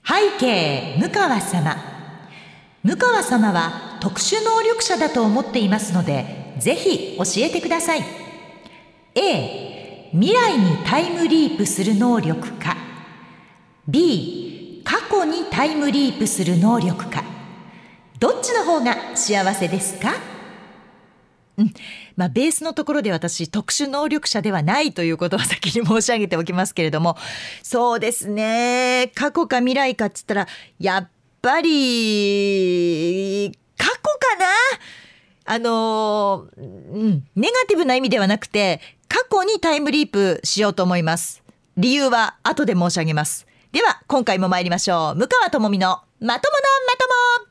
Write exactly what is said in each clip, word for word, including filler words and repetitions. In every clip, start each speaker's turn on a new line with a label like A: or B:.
A: 背景向川様。向川様は特殊能力者だと思っていますので、ぜひ教えてください。 A、 未来にタイムリープする能力か。 B、 過去にタイムリープする能力か。どっちの方が幸せですか？うんまあ、ベースのところで私特殊能力者ではないということは先に申し上げておきますけれども、そうですね、過去か未来かっつったらやっぱり過去かな。あの、うん、ネガティブな意味ではなくて過去にタイムリープしようと思います。理由は後で申し上げます。では今回も参りましょう。向川智美のまとものまとも。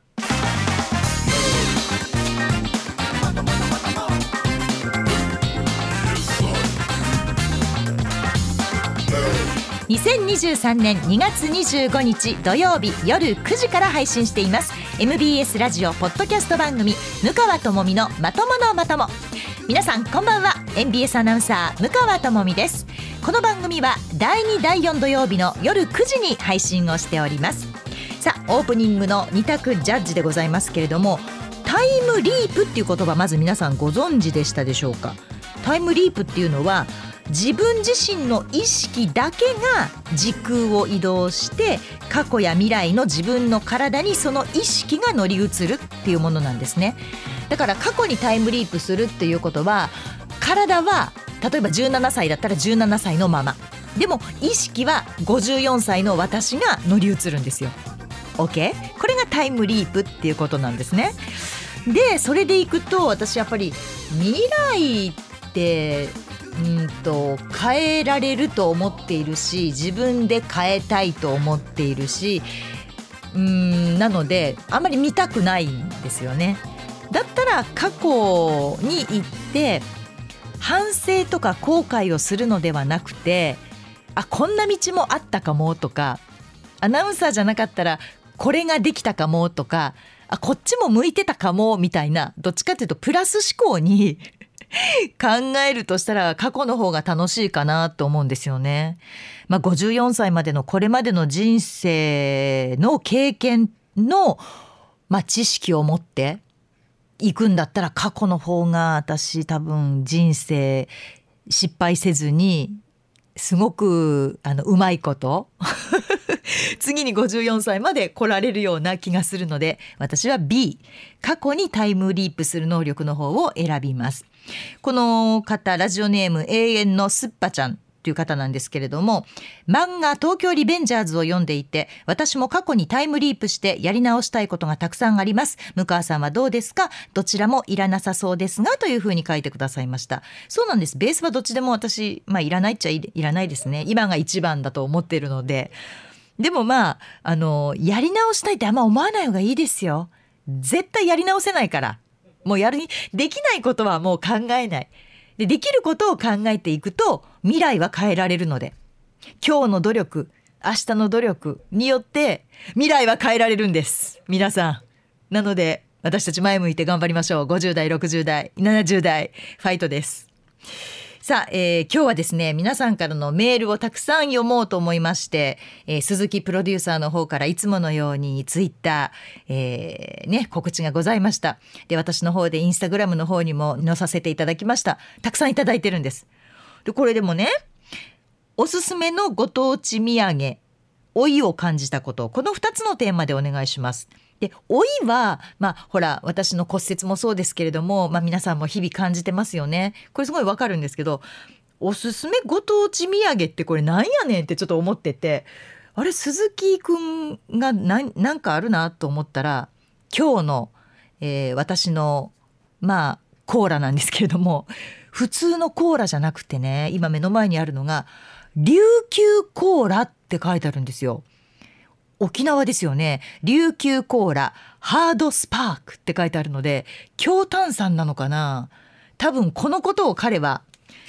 A: にせんにじゅうさんねんにがつにじゅうごにち土曜日夜くじから配信しています エムビーエス ラジオポッドキャスト番組向川智美のまとものまとも。皆さんこんばんは。 エムビーエス アナウンサー向川智美です。この番組はだいにだいよん土曜日の夜くじに配信をしております。さあオープニングのに択ジャッジでございますけれども、タイムリープっていう言葉まず皆さんご存知でしたでしょうか？タイムリープっていうのは自分自身の意識だけが時空を移動して過去や未来の自分の体にその意識が乗り移るっていうものなんですね。だから過去にタイムリープするっていうことは、体は例えばじゅうななさいだったらじゅうななさいのままでも意識はごじゅうよんさいの私が乗り移るんですよ。 OK？ これがタイムリープっていうことなんですね。でそれでいくと私やっぱり未来ってうんと変えられると思っているし、自分で変えたいと思っているし、うーんなのであんまり見たくないんですよね。だったら過去に行って反省とか後悔をするのではなくて、あこんな道もあったかもとか、アナウンサーじゃなかったらこれができたかもとか、あこっちも向いてたかもみたいな、どっちかというとプラス思考に考えるとしたら過去の方が楽しいかなと思うんですよね。まあ、ごじゅうよんさいまでのこれまでの人生の経験の、まあ、知識を持っていくんだったら過去の方が私多分人生失敗せずにすごくあのうまいこと次にごじゅうよんさいまで来られるような気がするので、私は B 過去にタイムリープする能力の方を選びます。この方ラジオネーム永遠のすっぱちゃんという方なんですけれども、漫画東京リベンジャーズを読んでいて、私も過去にタイムリープしてやり直したいことがたくさんあります。向川さんはどうですか？どちらもいらなさそうですが、というふうに書いてくださいました。そうなんです。ベースはどっちでも私、まあ、いらないっちゃ い, いらないですね。今が一番だと思っているので。でもまあ、あのやり直したいってあんま思わない方がいいですよ。絶対やり直せないから。もうやるにできないことはもう考えないで、できることを考えていくと未来は変えられるので、今日の努力、明日の努力によって未来は変えられるんです皆さん。なので私たち前向いて頑張りましょう。ごじゅうだいろくじゅうだいななじゅうだいファイトです。さあ、えー、今日はですね皆さんからのメールをたくさん読もうと思いまして、えー、鈴木プロデューサーの方からいつものようにツイッター、えーね、告知がございました。で私の方でインスタグラムの方にも載させていただきました。たくさんいただいてるんです。でこれでもね、おすすめのご当地土産、老いを感じたこと、このふたつのテーマでお願いします。で老いは、まあ、ほら私の骨折もそうですけれども、まあ、皆さんも日々感じてますよね。これすごいわかるんですけど、おすすめご当地土産ってこれなんやねんってちょっと思ってて、あれ鈴木くんが何なんかあるなと思ったら、今日の、えー、私のまあコーラなんですけれども、普通のコーラじゃなくてね、今目の前にあるのが琉球コーラって書いてあるんですよ。沖縄ですよね。琉球コーラハードスパークって書いてあるので、強炭酸なのかな。多分このことを彼は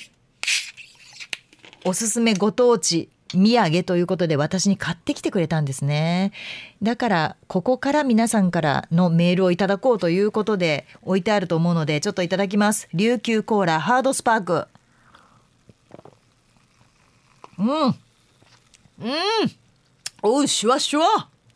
A: おすすめご当地土産ということで私に買ってきてくれたんですね。だからここから皆さんからのメールをいただこうということで置いてあると思うので、ちょっといただきます。琉球コーラハードスパーク。うんうん、おうシュワシュワ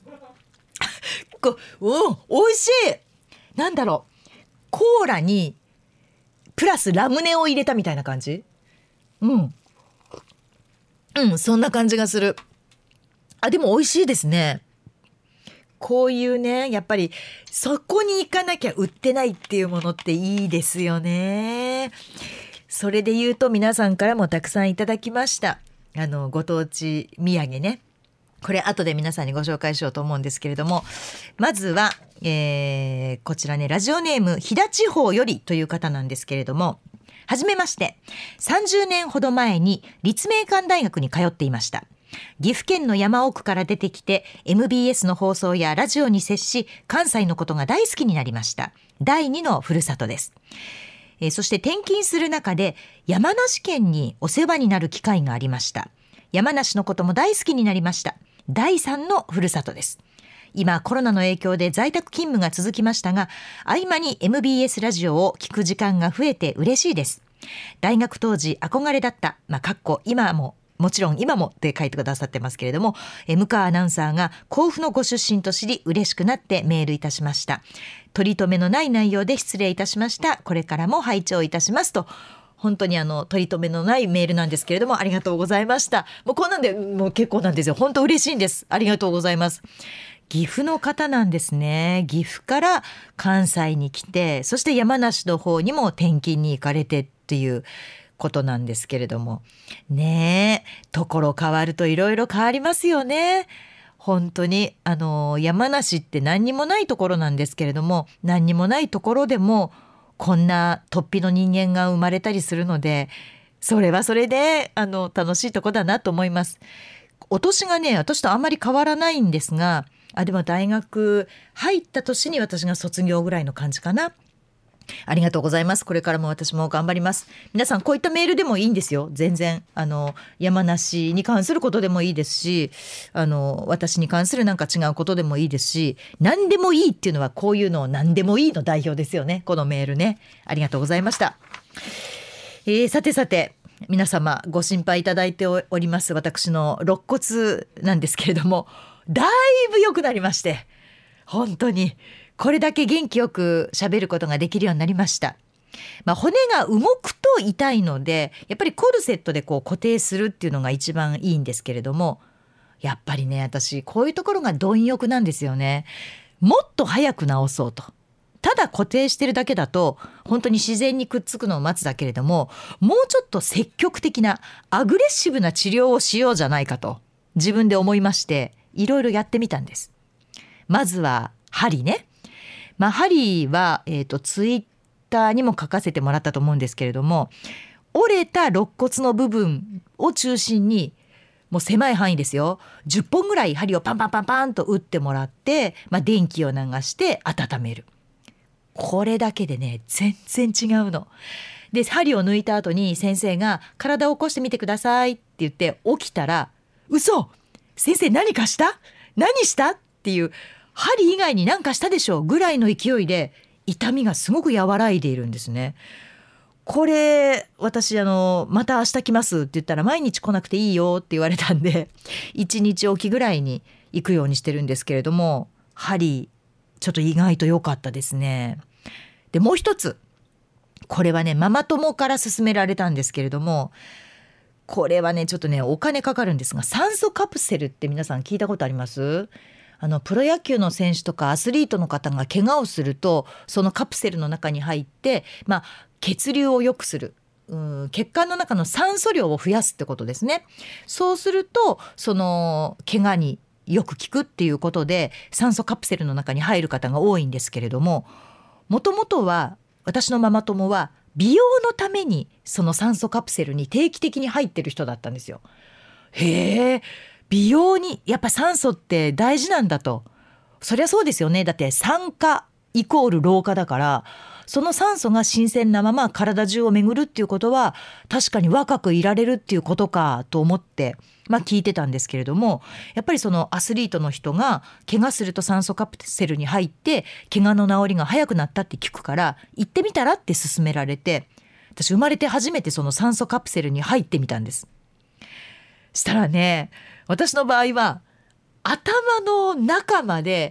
A: かうん美味しい。なんだろう、コーラにプラスラムネを入れたみたいな感じ。うんうんそんな感じがする。あでも美味しいですね。こういうねやっぱりそこに行かなきゃ売ってないっていうものっていいですよね。それで言うと皆さんからもたくさんいただきました。あのご当地土産ね。これ後で皆さんにご紹介しようと思うんですけれども、まずは、えー、こちらねラジオネーム飛騨地方よりという方なんですけれども、はじめまして。さんじゅうねんほど前に立命館大学に通っていました。岐阜県の山奥から出てきて エムビーエス の放送やラジオに接し、関西のことが大好きになりました。だいにのふるさとです。えー、そして転勤する中で山梨県にお世話になる機会がありました。山梨のことも大好きになりました。だいさんのふるさとです。今コロナの影響で在宅勤務が続きましたが、合間に エムビーエス ラジオを聞く時間が増えて嬉しいです。大学当時憧れだった、まあ、かっこ今ももちろん今もって書いてくださってますけれども、向川アナウンサーが甲府のご出身と知り嬉しくなってメールいたしました。取り留めのない内容で失礼いたしました。これからも拝聴いたしますと、本当にあの取り留めのないメールなんですけれども、ありがとうございました。もうこんなんでもう結構なんですよ。本当嬉しいんです。ありがとうございます。岐阜の方なんですね。岐阜から関西に来て、そして山梨の方にも転勤に行かれてっていうことなんですけれどもねえ、ところ変わるといろいろ変わりますよね。本当にあの山梨って何にもないところなんですけれども、何にもないところでもこんな突飛の人間が生まれたりするので、それはそれであの楽しいとこだなと思います。お年がね私とあんまり変わらないんですが、あでも大学入った年に私が卒業ぐらいの感じかな。ありがとうございます。これからも私も頑張ります。皆さんこういったメールでもいいんですよ。全然あの山梨に関することでもいいですし、あの私に関するなんか違うことでもいいですし、何でもいいっていうのはこういうのを何でもいいの代表ですよね。このメールね、ありがとうございました。えー、さてさて皆様ご心配いただいております私の肋骨なんですけれども、だいぶ良くなりまして、本当にこれだけ元気よく喋ることができるようになりました。まあ、骨が動くと痛いのでやっぱりコルセットでこう固定するっていうのが一番いいんですけれども、やっぱりね私こういうところが貪欲なんですよね。もっと早く治そうと。ただ固定してるだけだと本当に自然にくっつくのを待つだけれども、もうちょっと積極的なアグレッシブな治療をしようじゃないかと自分で思いまして、いろいろやってみたんです。まずは針ね。まあ、針は、えーと、ツイッターにも書かせてもらったと思うんですけれども、折れた肋骨の部分を中心にもう狭い範囲ですよ、じゅっぽんぐらい針をパンパンパンパンと打ってもらって、まあ、電気を流して温める。これだけでね全然違うので、針を抜いた後に先生が体を起こしてみてくださいって言って起きたら、嘘先生何かした何したっていう、針以外に何かしたでしょうぐらいの勢いで痛みがすごく和らいでいるんですね。これ私あのまた明日来ますって言ったら毎日来なくていいよって言われたんでいちにちおきぐらいに行くようにしてるんですけれども、針ちょっと意外と良かったですね。でもう一つ、これはねママ友から勧められたんですけれども、これはねちょっとねお金かかるんですが、酸素カプセルって皆さん聞いたことあります？あのプロ野球の選手とかアスリートの方が怪我をするとそのカプセルの中に入って、まあ、血流を良くする、うん血管の中の酸素量を増やすってことですね。そうするとその怪我によく効くっていうことで酸素カプセルの中に入る方が多いんですけれども、もともとは私のママ友は美容のためにその酸素カプセルに定期的に入ってる人だったんですよ。へえ、美容にやっぱ酸素って大事なんだと。そりゃそうですよね。だって酸化イコール老化だから、その酸素が新鮮なまま体中を巡るっていうことは確かに若くいられるっていうことかと思って、まあ、聞いてたんですけれども、やっぱりそのアスリートの人が怪我すると酸素カプセルに入って怪我の治りが早くなったって聞くから行ってみたらって勧められて、私生まれて初めてその酸素カプセルに入ってみたんです。したらね、私の場合は頭の中まで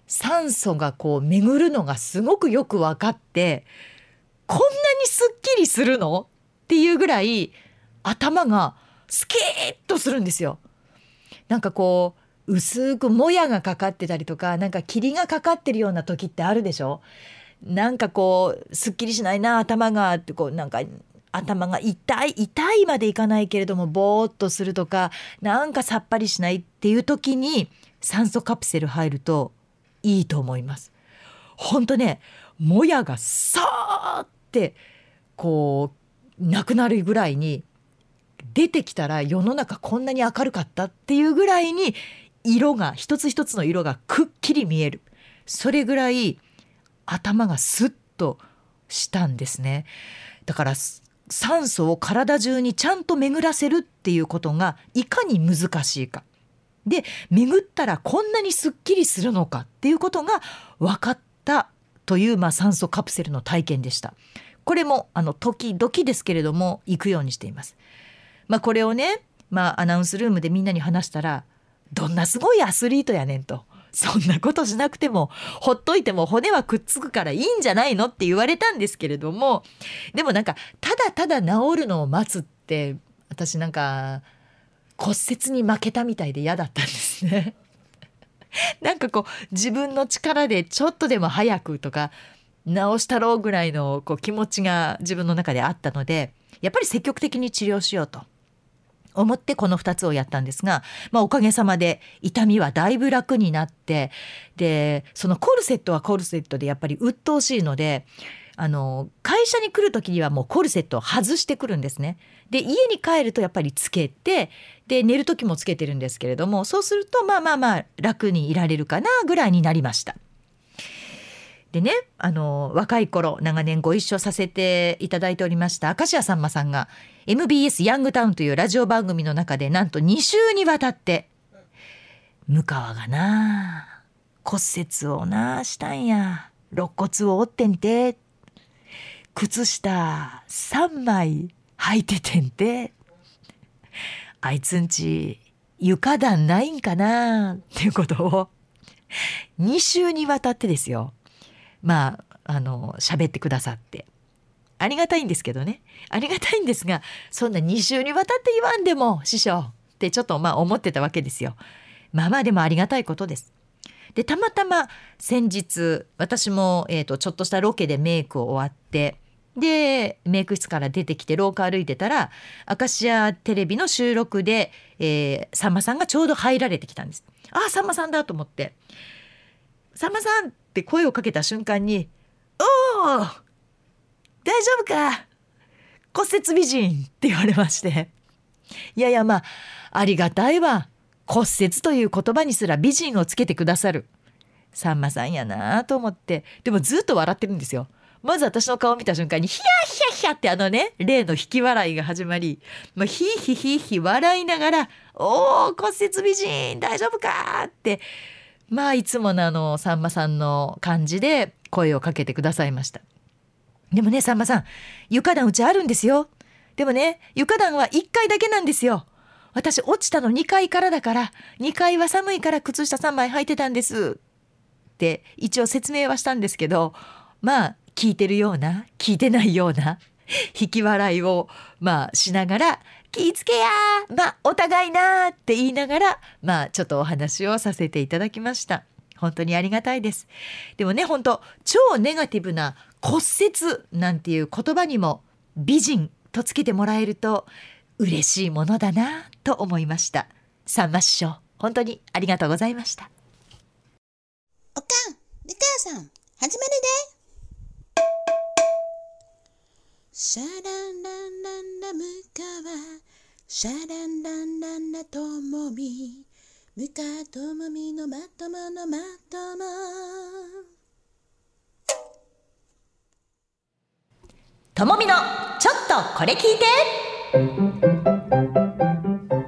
A: 酸素がこう巡るのがすごくよく分かって、こんなにすっきりするのっていうぐらい頭がスキーッとするんですよ。なんかこう薄くもやがかかってたりとか、なんか霧がかかってるような時ってあるでしょ。なんかこうすっきりしないな頭がって、こうなんか頭が痛い痛いまでいかないけれどもぼーっとするとか、なんかさっぱりしないっていう時に酸素カプセル入るといいと思います。ほんとね、もやがさーってこうなくなるぐらいに出てきたら、世の中こんなに明るかったっていうぐらいに色が一つ一つの色がくっきり見える。それぐらい頭がスッとしたんですね。だから酸素を体中にちゃんと巡らせるっていうことがいかに難しいかで、巡ったらこんなにすっきりするのかっていうことが分かったという、まあ、酸素カプセルの体験でした。これもあの時々ですけれども行くようにしています。まあ、これをね、まあ、アナウンスルームでみんなに話したら、どんなすごいアスリートやねんと、そんなことしなくてもほっといても骨はくっつくからいいんじゃないのって言われたんですけれども、でもなんかただただ治るのを待つって、私なんか骨折に負けたみたいで嫌だったんですねなんかこう自分の力でちょっとでも早くとか治したろうぐらいのこう気持ちが自分の中であったので、やっぱり積極的に治療しようと思ってこのふたつをやったんですが、まあ、おかげさまで痛みはだいぶ楽になって、でそのコルセットはコルセットでやっぱり鬱陶しいので、あの会社に来る時にはもうコルセットを外してくるんですね。で家に帰るとやっぱりつけて、で寝る時もつけてるんですけれども、そうするとまあまあまあ楽にいられるかなぐらいになりました。でね、あの若い頃長年ご一緒させていただいておりました明石家さんまさんが エムビーエス ヤングタウンというラジオ番組の中でなんとに週にわたって向川がな骨折をなしたんや、肋骨を折ってんて、靴下さんまい履いててんて、あいつんち床暖ないんかなっていうことをに週にわたってですよ、まああの喋ってくださって、ありがたいんですけどね、ありがたいんですが、そんなに週にわたって言わんでも師匠ってちょっとまあ思ってたわけですよ。まあまあでもありがたいことです。でたまたま先日私も、えーと、ちょっとしたロケでメイクを終わって、でメイク室から出てきて廊下歩いてたら、明石家テレビの収録で、えー、さんまさんがちょうど入られてきたんです。ああさんまさんだと思って、さんまさんって声をかけた瞬間に、おー大丈夫か骨折美人って言われまして、いやいやまあありがたいわ、骨折という言葉にすら美人をつけてくださるさんまさんやなと思って、でもずっと笑ってるんですよ。まず私の顔を見た瞬間にヒヤヒヤヒヤってあのね例の引き笑いが始まり、まあ、ヒーヒーヒーヒー笑いながら、おー骨折美人大丈夫かって、まあいつものあのさんまさんの感じで声をかけてくださいました。でもねさんまさん、床暖うちあるんですよ。でもね床暖はいっかいだけなんですよ。私落ちたのにかいからだから、にかいは寒いから靴下さんまい履いてたんですって一応説明はしたんですけど、まあ聞いてるような聞いてないような引き笑いをまあしながら、気ぃつけやまあお互いなって言いながら、まあちょっとお話をさせていただきました。本当にありがたいです。でもね本当超ネガティブな骨折なんていう言葉にも美人とつけてもらえると嬉しいものだなと思いました。さんま師匠本当にありがとうございました。
B: おかん、美川さん始まるで。シャランランランラムカワ、シャランランランラともみ、ムカともみのまとものまとも。
A: ともみのちょっとこれ聞いて。さあ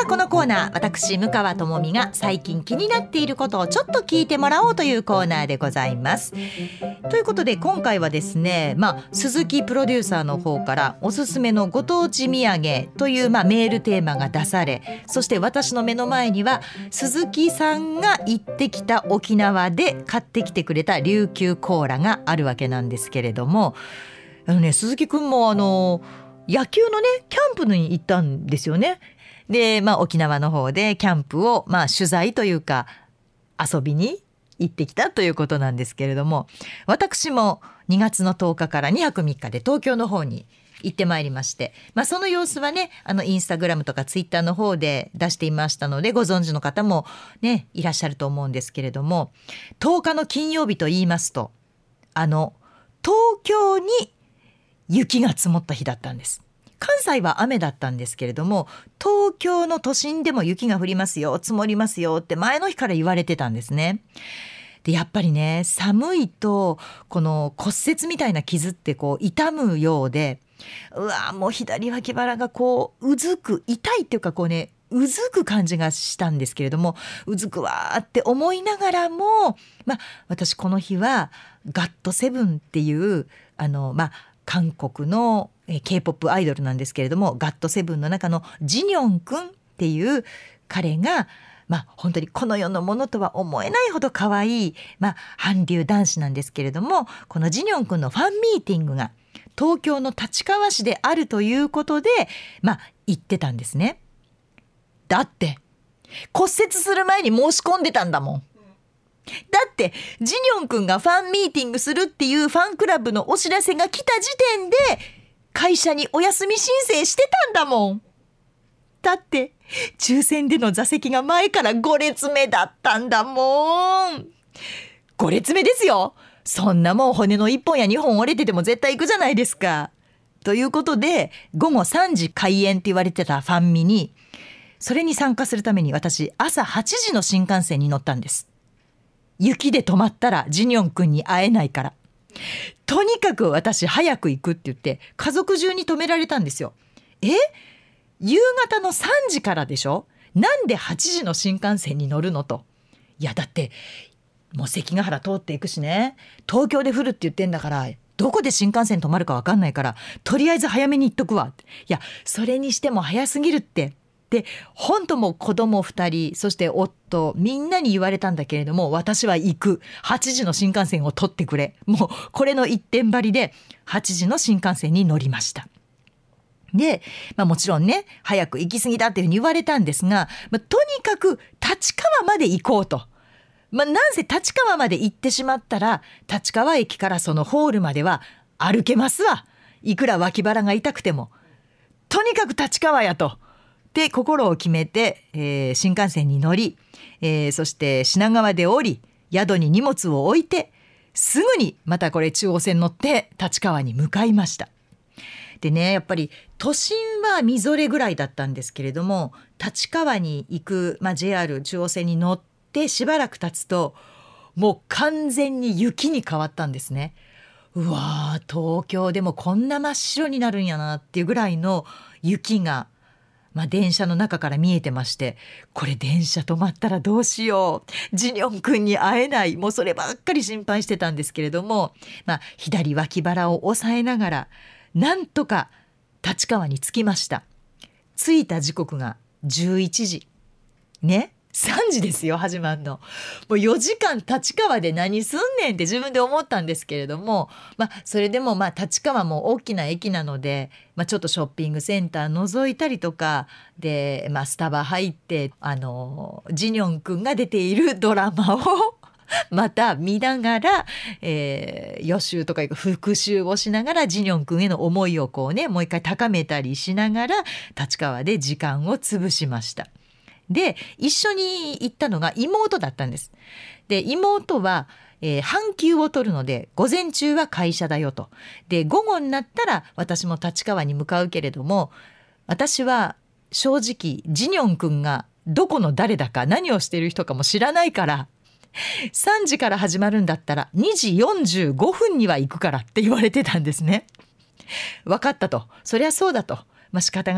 A: はこのコーナー、私向川智美が最近気になっていることをちょっと聞いてもらおうというコーナーでございます。ということで今回はですね、まあ、鈴木プロデューサーの方からおすすめのご当地土産という、まあ、メールテーマが出され、そして私の目の前には鈴木さんが行ってきた沖縄で買ってきてくれた琉球コーラがあるわけなんですけれども、あのね、鈴木くんもあの野球のねキャンプに行ったんですよね。で、まあ、沖縄の方でキャンプを、まあ、取材というか遊びに行ってきたということなんですけれども、私もにがつのとおかからにはくみっかで東京の方に行ってまいりまして、まあ、その様子はね、あのインスタグラムとかツイッターの方で出していましたのでご存知の方もねいらっしゃると思うんですけれども、とおかの金曜日と言いますと、あの東京に雪が積もった日だったんです。関西は雨だったんですけれども、東京の都心でも雪が降りますよ、積もりますよって前の日から言われてたんですね。でやっぱりね、寒いとこの骨折みたいな傷ってこう痛むようで、うわもう左脇腹がこううずく、痛いっていうかこうねうずく感じがしたんですけれども、うずくわーって思いながらも、まあ、私この日はガットセブンっていうあの、まあ、韓国の K-ポップ アイドルなんですけれども、ガットセブンの中のジニョンくんっていう彼が、まあ、本当にこの世のものとは思えないほど可愛い、まあ、韓流男子なんですけれども、このジニョンくんのファンミーティングが東京の立川市であるということで、まあ、行ってたんですね。だって骨折する前に申し込んでたんだもん。だってジニョンくんがファンミーティングするっていうファンクラブのお知らせが来た時点で会社にお休み申請してたんだもん。だって抽選での座席が前からご列目だったんだもん。ご列目ですよ。そんなもん骨のいっぽんやにほん折れてても絶対行くじゃないですか。ということでごごさんじ開演って言われてたファンミに、それに参加するために私朝はちじの新幹線に乗ったんです。雪で止まったらジニョン君に会えないから、とにかく私早く行くって言って家族中に止められたんですよ。え夕方のさんじからでしょ、なんではちじの新幹線に乗るのと。いやだってもう関ヶ原通っていくしね、東京で降るって言ってんだからどこで新幹線止まるか分かんないから、とりあえず早めに行っとくわ。いやそれにしても早すぎるって。で本当も子供ふたり、そして夫、みんなに言われたんだけれども、私は行く、はちじの新幹線を取ってくれ、もうこれの一点張りではちじの新幹線に乗りました。で、まあ、もちろんね早く行き過ぎだっていうふうに言われたんですが、まあ、とにかく立川まで行こうと。まあ、なんせ立川まで行ってしまったら立川駅からそのホールまでは歩けますわ。いくら脇腹が痛くてもとにかく立川やとで心を決めて、えー、新幹線に乗り、えー、そして品川で降り宿に荷物を置いてすぐにまたこれ中央線乗って立川に向かいました。でね、やっぱり都心はみぞれぐらいだったんですけれども、立川に行く、まあ、ジェイアール 中央線に乗ってしばらく経つともう完全に雪に変わったんですね。うわー、東京でもこんな真っ白になるんやなっていうぐらいの雪が、まあ、電車の中から見えてまして、これ電車止まったらどうしよう、ジニョン君に会えない、もうそればっかり心配してたんですけれども、まあ、左脇腹を押さえながらなんとか立川に着きました。着いた時刻がじゅういちじね、さんじですよ始まるの。もうよじかん立川で何すんねんって自分で思ったんですけれども、まあ、それでもまあ立川も大きな駅なので、まあ、ちょっとショッピングセンター覗いたりとかで、まあ、スタバ入ってあのジニョン君が出ているドラマをまた見ながら、えー、予習とか復習をしながらジニョン君への思いをこうねもう一回高めたりしながら立川で時間を潰しました。で一緒に行ったのが妹だったんです。で妹は、えー、半休を取るので午前中は会社だよと。で午後になったら私も立川に向かうけれども、私は正直ジニョン君がどこの誰だか何をしている人かも知らないから、さんじから始まるんだったらにじよんじゅうごふんには行くからって言われてたんですね。分かったと、そりゃそうだと、まあ、仕方がない、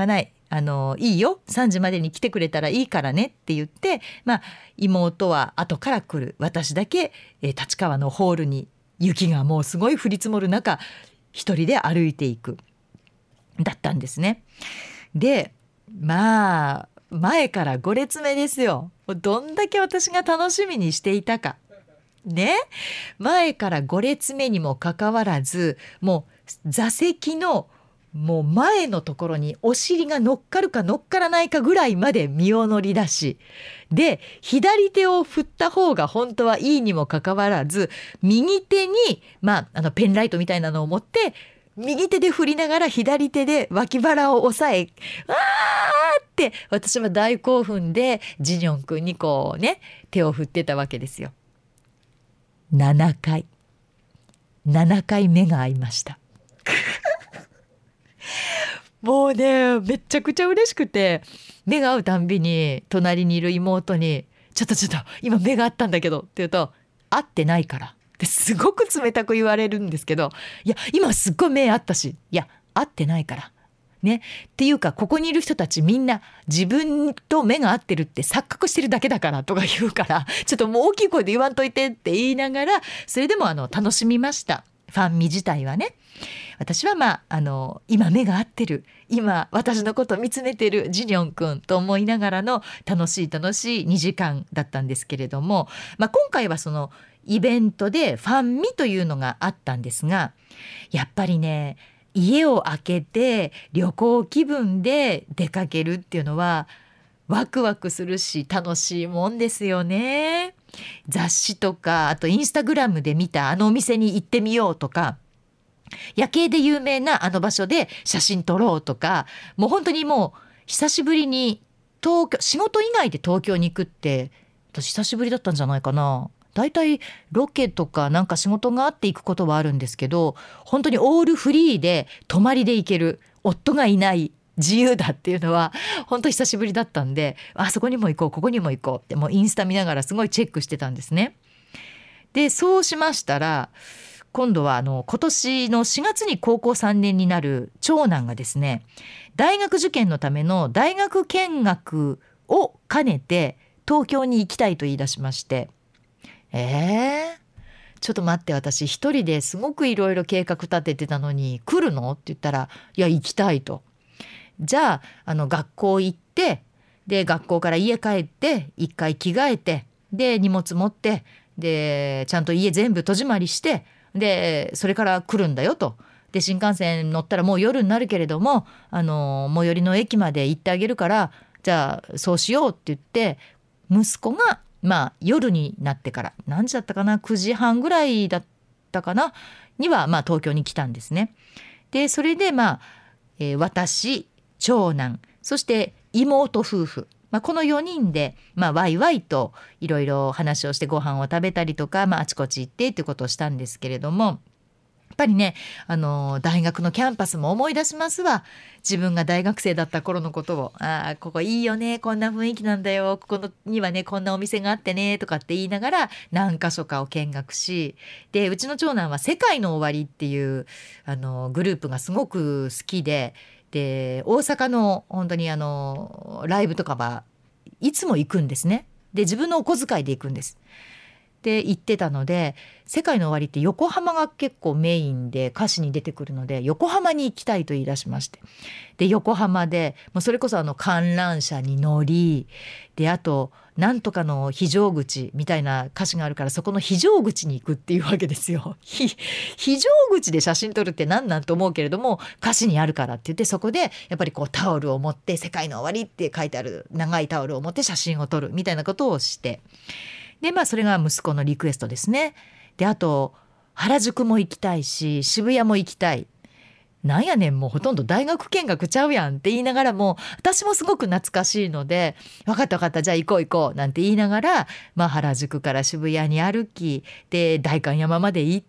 A: あのいいよさんじまでに来てくれたらいいからねって言って、まあ、妹は後から来る。私だけ、えー、立川のホールに雪がもうすごい降り積もる中一人で歩いていくだったんですね。でまあ前からご列目ですよ。どんだけ私が楽しみにしていたかね。前からご列目にもかかわらず、もう座席のもう前のところにお尻が乗っかるか乗っからないかぐらいまで身を乗り出し、で左手を振った方が本当はいいにもかかわらず、右手に、まあ、あのペンライトみたいなのを持って右手で振りながら左手で脇腹を押さえ、わーって私は大興奮でジニョン君にこうね手を振ってたわけですよ。ななかいななかい目が合いましたもうねめちゃくちゃ嬉しくて、目が合うたんびに隣にいる妹にちょっとちょっと今目が合ったんだけどって言うと、合ってないからってすごく冷たく言われるんですけど、いや今すっごい目合ったし、いや合ってないからねっていうか、ここにいる人たちみんな自分と目が合ってるって錯覚してるだけだからとか言うから、ちょっともう大きい声で言わんといてって言いながら、それでもあの楽しみました。ファンミ自体はね。私はまあ、あの今目が合ってる、今私のこと見つめてるジニョン君と思いながらの楽しい楽しいにじかんだったんですけれども、まあ、今回はそのイベントでファンミというのがあったんですが、やっぱりね家を空けて旅行気分で出かけるっていうのはワクワクするし楽しいもんですよね。雑誌とかあとインスタグラムで見たあのお店に行ってみようとか、夜景で有名なあの場所で写真撮ろうとか、もう本当にもう久しぶりに東京、仕事以外で東京に行くって私久しぶりだったんじゃないかな。だいたいロケとかなんか仕事があって行くことはあるんですけど、本当にオールフリーで泊まりで行ける、夫がいない自由だっていうのは本当久しぶりだったんで、あそこにも行こうここにも行こうってもうインスタ見ながらすごいチェックしてたんですね。でそうしましたら今度はあの今年のしがつに高校さんねんになる長男がですね、大学受験のための大学見学を兼ねて東京に行きたいと言い出しまして、えー、ちょっと待って、私一人ですごくいろいろ計画立ててたのに来るのって言ったら、いや行きたいと。じゃあ、あの学校行って、で学校から家帰って一回着替えて、で荷物持って、でちゃんと家全部戸締まりして、でそれから来るんだよと。で新幹線乗ったらもう夜になるけれども、あの最寄りの駅まで行ってあげるから、じゃあそうしようって言って、息子がまあ夜になってから何時だったかな、くじはんぐらいだったかなにはまあ東京に来たんですね。でそれでまあ、えー、私長男そして妹夫婦、まあ、このよにんで、まあ、ワイワイといろいろ話をしてご飯を食べたりとか、まあ、あちこち行ってっていうことをしたんですけれども、やっぱりね、あの大学のキャンパスも思い出しますわ。自分が大学生だった頃のことを、あここいいよね、こんな雰囲気なんだよ、ここにはねこんなお店があってねとかって言いながら何か所かを見学し、でうちの長男は世界の終わりっていうあのグループがすごく好きで、で大阪の本当にあのライブとかはいつも行くんですね。で自分のお小遣いで行くんです。で行ってたので、世界の終わりって横浜が結構メインで歌詞に出てくるので、横浜に行きたいと言い出しまして、で横浜でもうそれこそあの観覧車に乗り、であとなんとかの非常口みたいな歌詞があるから、そこの非常口に行くっていうわけですよ。非常口で写真撮るって何なんと思うけれども、歌詞にあるからって言って、そこでやっぱりこうタオルを持って、世界の終わりって書いてある長いタオルを持って写真を撮るみたいなことをして、でまあそれが息子のリクエストですね。であと原宿も行きたいし、渋谷も行きたい。なんやねん、もうほとんど大学見学ちゃうやんって言いながらも、私もすごく懐かしいので、分かった分かった、じゃあ行こう行こうなんて言いながら、まあ、原宿から渋谷に歩き、で代官山まで行って、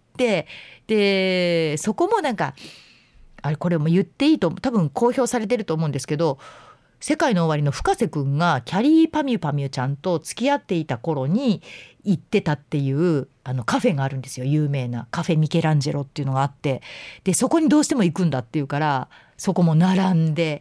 A: でそこもなんかあれこれも言っていいと多分公表されてると思うんですけど、世界の終わりの深瀬くんがキャリーパミュパミュちゃんと付き合っていた頃に行ってたっていうあのカフェがあるんですよ。有名なカフェミケランジェロっていうのがあって、でそこにどうしても行くんだっていうから、そこも並んで行っ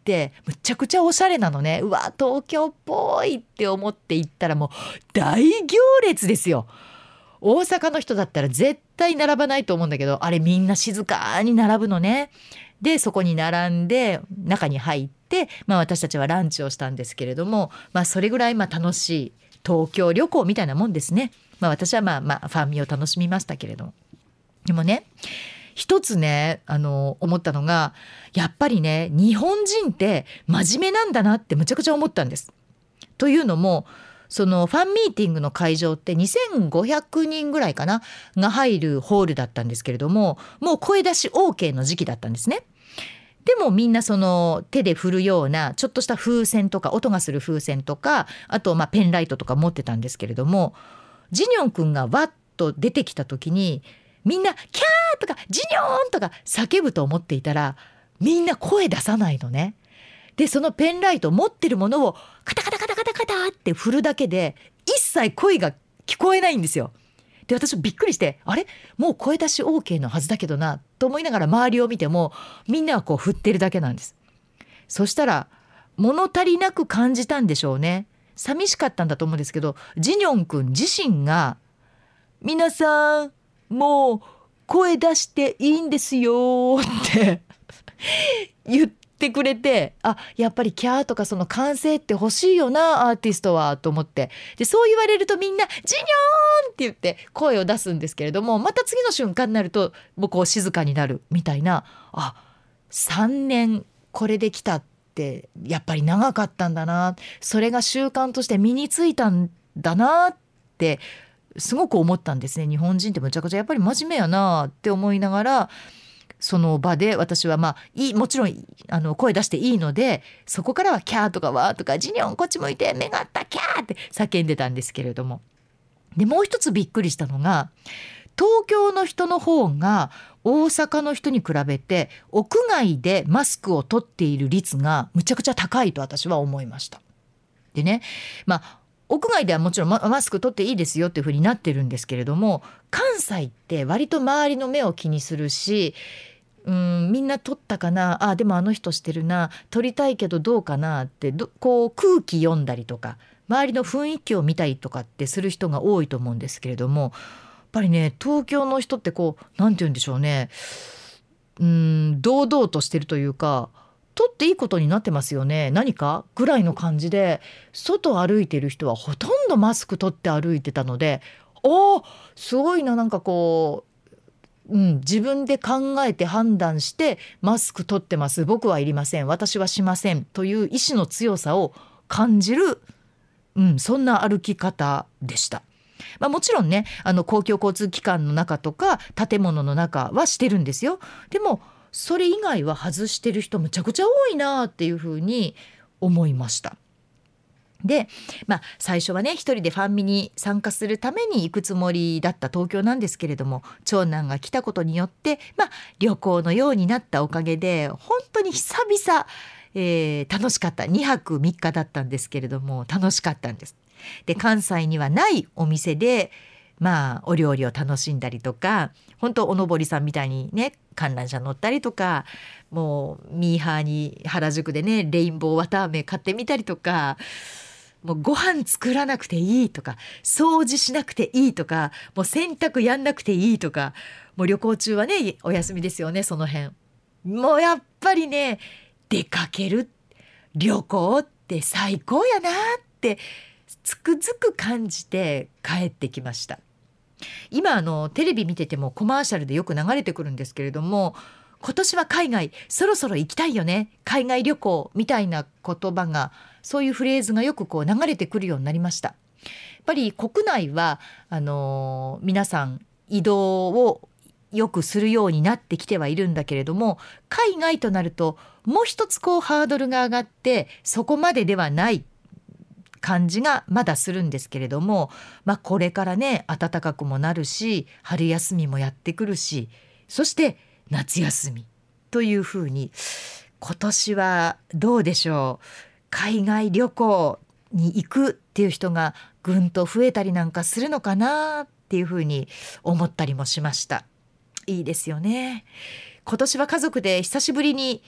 A: ってむちゃくちゃおしゃれなのね。うわ東京っぽいって思って行ったらもう大行列ですよ。大阪の人だったら絶対並ばないと思うんだけど、あれみんな静かに並ぶのね。でそこに並んで中に入って、まあ、私たちはランチをしたんですけれども、まあ、それぐらいまあ楽しい東京旅行みたいなもんですね。まあ、私はまあまあファンミを楽しみましたけれども、でもね一つねあの思ったのが、やっぱりね日本人って真面目なんだなってむちゃくちゃ思ったんです。というのもそのファンミーティングの会場ってにせんごひゃくにんぐらいかなが入るホールだったんですけれども、もう声出し OK の時期だったんですね。でもみんなその手で振るようなちょっとした風船とか音がする風船とか、あとまあペンライトとか持ってたんですけれども、ジニョン君がわっと出てきた時にみんなキャーとかジニョーンとか叫ぶと思っていたら、みんな声出さないのね。でそのペンライト持ってるものをカタカタカタカタカタって振るだけで一切声が聞こえないんですよ。で私びっくりして、あれもう声出し OK のはずだけどなと思いながら周りを見てもみんなはこう振ってるだけなんです。そしたら物足りなく感じたんでしょうね。寂しかったんだと思うんですけど、ジニョン君自身が皆さんもう声出していいんですよって言ってくれて、あやっぱりキャーとかその歓声って欲しいよなアーティストはと思って、でそう言われるとみんなジニョーンって言って声を出すんですけれども、また次の瞬間になるともうこう静かになるみたいな、あさんねんこれできたってやっぱり長かったんだな、それが習慣として身についたんだなってすごく思ったんですね。日本人ってむちゃくちゃやっぱり真面目やなって思いながら、その場で私はまあいいもちろんあの声出していいので、そこからはキャーとかワーとかジニョンこっち向いて目があったキャーって叫んでたんですけれども、でもう一つびっくりしたのが、東京の人の方が大阪の人に比べて屋外でマスクを取っている率がむちゃくちゃ高いと私は思いました。でね、まあ屋外ではもちろんマスク取っていいですよっていう風になってるんですけれども、関西って割と周りの目を気にするし、うんみんな取ったかな、あでもあの人してるな、取りたいけどどうかなってどこう空気読んだりとか周りの雰囲気を見たりとかってする人が多いと思うんですけれども、やっぱりね東京の人ってこうなんて言うんでしょうね、うん堂々としてるというか、取っていいことになってますよね何かぐらいの感じで、外歩いてる人はほとんどマスク取って歩いてたので、おーすごいな、なんかこううん、自分で考えて判断してマスク取ってます、僕はいりません、私はしませんという意志の強さを感じる、うん、そんな歩き方でした。まあ、もちろんねあの公共交通機関の中とか建物の中はしてるんですよ。でもそれ以外は外してる人むちゃくちゃ多いなっていうふうに思いました。で、まあ、最初はね一人でファンミに参加するために行くつもりだった東京なんですけれども、長男が来たことによって、まあ、旅行のようになったおかげで本当に久々、えー、楽しかった。にはくみっかだったんですけれども楽しかったんです。で関西にはないお店でまあお料理を楽しんだりとか、本当おのぼりさんみたいにね観覧車乗ったりとか、もうミーハーに原宿でねレインボー綿あめ買ってみたりとか、もうご飯作らなくていいとか掃除しなくていいとか、もう洗濯やんなくていいとか、もう旅行中はねお休みですよねその辺。もうやっぱりね出かける旅行って最高やなってつくづく感じて帰ってきました。今あのテレビ見ててもコマーシャルでよく流れてくるんですけれども、今年は海外そろそろ行きたいよね、海外旅行みたいな言葉が、そういうフレーズがよくこう流れてくるようになりました。やっぱり国内はあのー、皆さん移動をよくするようになってきてはいるんだけれども、海外となるともう一つこうハードルが上がってそこまでではない感じがまだするんですけれども、まあ、これからね暖かくもなるし春休みもやってくるし、そして夏休みというふうに今年はどうでしょう、海外旅行に行くっていう人がぐんと増えたりなんかするのかなっていうふうに思ったりもしました。いいですよね。今年は家族で久しぶりに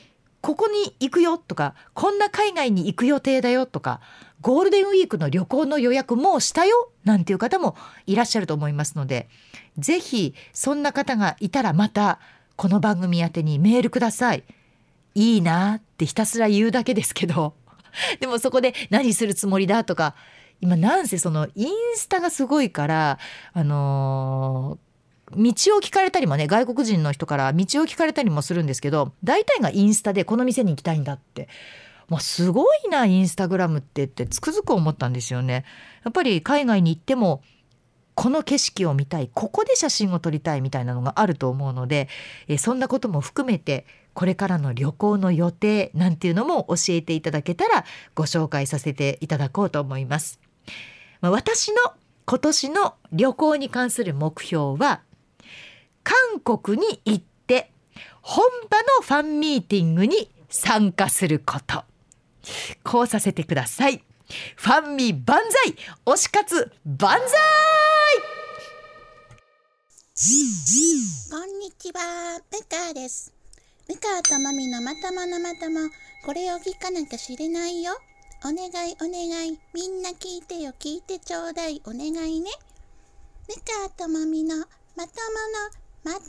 A: ここに行くよとか、こんな海外に行く予定だよとか、ゴールデンウィークの旅行の予約もうしたよなんていう方もいらっしゃると思いますので、ぜひそんな方がいたらまたこの番組宛てにメールください。いいなってひたすら言うだけですけどでもそこで何するつもりだとか、今なんせそのインスタがすごいから、あのー道を聞かれたりもね、外国人の人から道を聞かれたりもするんですけど、大体がインスタでこの店に行きたいんだって、もうすごいなインスタグラムってってつくづく思ったんですよね。やっぱり海外に行ってもこの景色を見たい、ここで写真を撮りたいみたいなのがあると思うので、えそんなことも含めてこれからの旅行の予定なんていうのも教えていただけたらご紹介させていただこうと思います。まあ、私の今年の旅行に関する目標は、韓国に行って本場のファンミーティングに参加すること、こうさせてください。ファンミ万歳、推し活万歳。
B: こんにちは、むかです。むかともみのまとものまとも、これを聞かなきゃ知れないよ。お願いお願い、みんな聞いてよ、聞いてちょうだい、お願いね。むかともみのまとものまとも。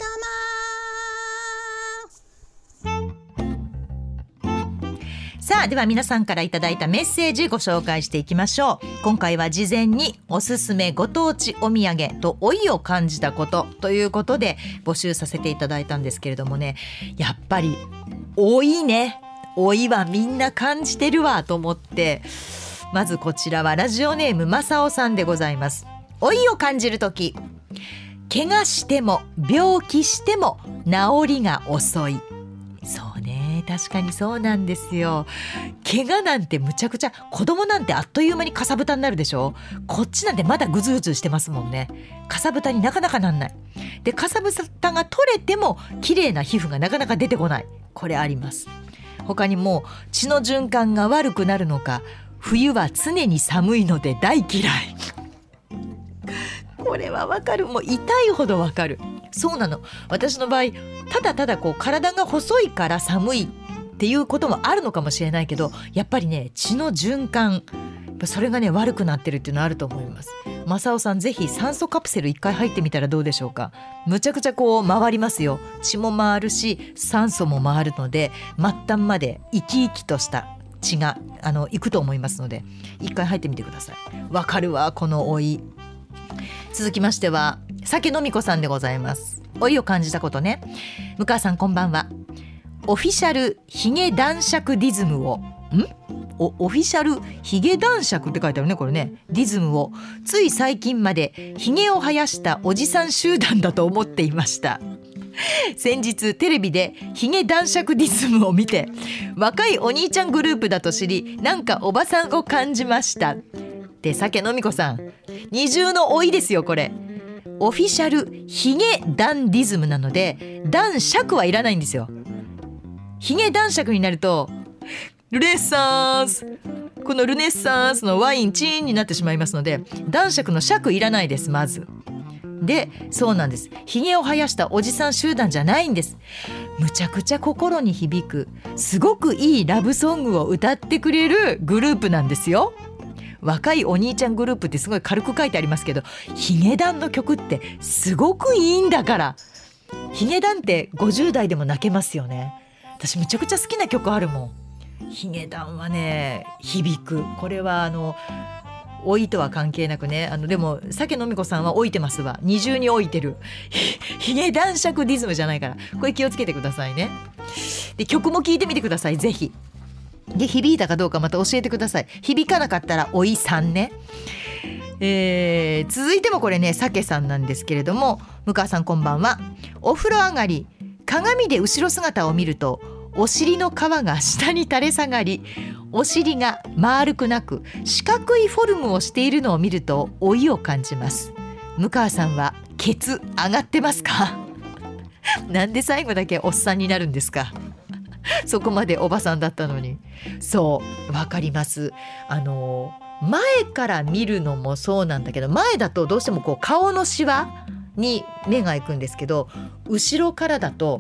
A: さあ、では皆さんからいただいたメッセージご紹介していきましょう。今回は事前におすすめご当地お土産と老いを感じたことということで募集させていただいたんですけれどもね、やっぱり老いね、老いはみんな感じてるわと思って、まずこちらはラジオネームまさおさんでございます。老いを感じるとき、怪我しても病気しても治りが遅い。そうね、確かにそうなんですよ。怪我なんてむちゃくちゃ、子供なんてあっという間にかさぶたになるでしょ。こっちなんてまだグズグズしてますもんね。かさぶたになかなかなんない。で、かさぶたが取れても綺麗な皮膚がなかなか出てこない。これあります。他にも血の循環が悪くなるのか、冬は常に寒いので大嫌い。これはわかる。もう痛いほどわかる。そうなの。私の場合、ただただこう体が細いから寒いっていうこともあるのかもしれないけど、やっぱりね、血の循環、それがね悪くなってるっていうのはあると思います。正雄さん、ぜひ酸素カプセル一回入ってみたらどうでしょうか。むちゃくちゃこう回りますよ。血も回るし酸素も回るので、末端まで生き生きとした血があのいくと思いますので、一回入ってみてください。わかるわ、この老い。続きましては酒飲み子さんでございます。老いを感じたことね。向川さん、こんばんは。オフィシャルヒゲ男爵ディズムをんおオフィシャルヒゲ男爵って書いてあるね、これね。ディズムをつい最近までヒゲを生やしたおじさん集団だと思っていました。先日テレビでヒゲ男爵ディズムを見て、若いお兄ちゃんグループだと知り、なんかおばさんを感じました。で、酒飲み子さん、二重の老いですよこれ。オフィシャルヒゲ男ディズムなので、男爵はいらないんですよ。ヒゲ男爵になるとルネッサンス、このルネッサンスのワインチーンになってしまいますので、男爵の爵いらないです。まずで、そうなんです。ヒゲを生やしたおじさん集団じゃないんです。むちゃくちゃ心に響く、すごくいいラブソングを歌ってくれるグループなんですよ。若いお兄ちゃんグループってすごい軽く書いてありますけど、ヒゲダンの曲ってすごくいいんだから。ヒゲダンってごじゅう代でも泣けますよね。私めちゃくちゃ好きな曲あるもん。ヒゲダンはね響く。これはあの老いとは関係なくね、あのでも酒飲み子さんは老いてますわ。二重に老いてる。ヒゲ男爵ディズムじゃないから、これ気をつけてくださいね。で、曲も聴いてみてください、ぜひ。で、響いたかどうかまた教えてください。響かなかったら老いさんね。えー、続いてもこれね、酒さんなんですけれども、向川さんこんばんは。お風呂上がり、鏡で後ろ姿を見るとお尻の皮が下に垂れ下がり、お尻が丸くなく四角いフォルムをしているのを見ると老いを感じます。向川さんはケツ上がってますか？なんで最後だけおっさんになるんですか？そこまでおばさんだったのに。そう、わかります。あの前から見るのもそうなんだけど、前だとどうしてもこう顔のシワに目が行くんですけど、後ろからだと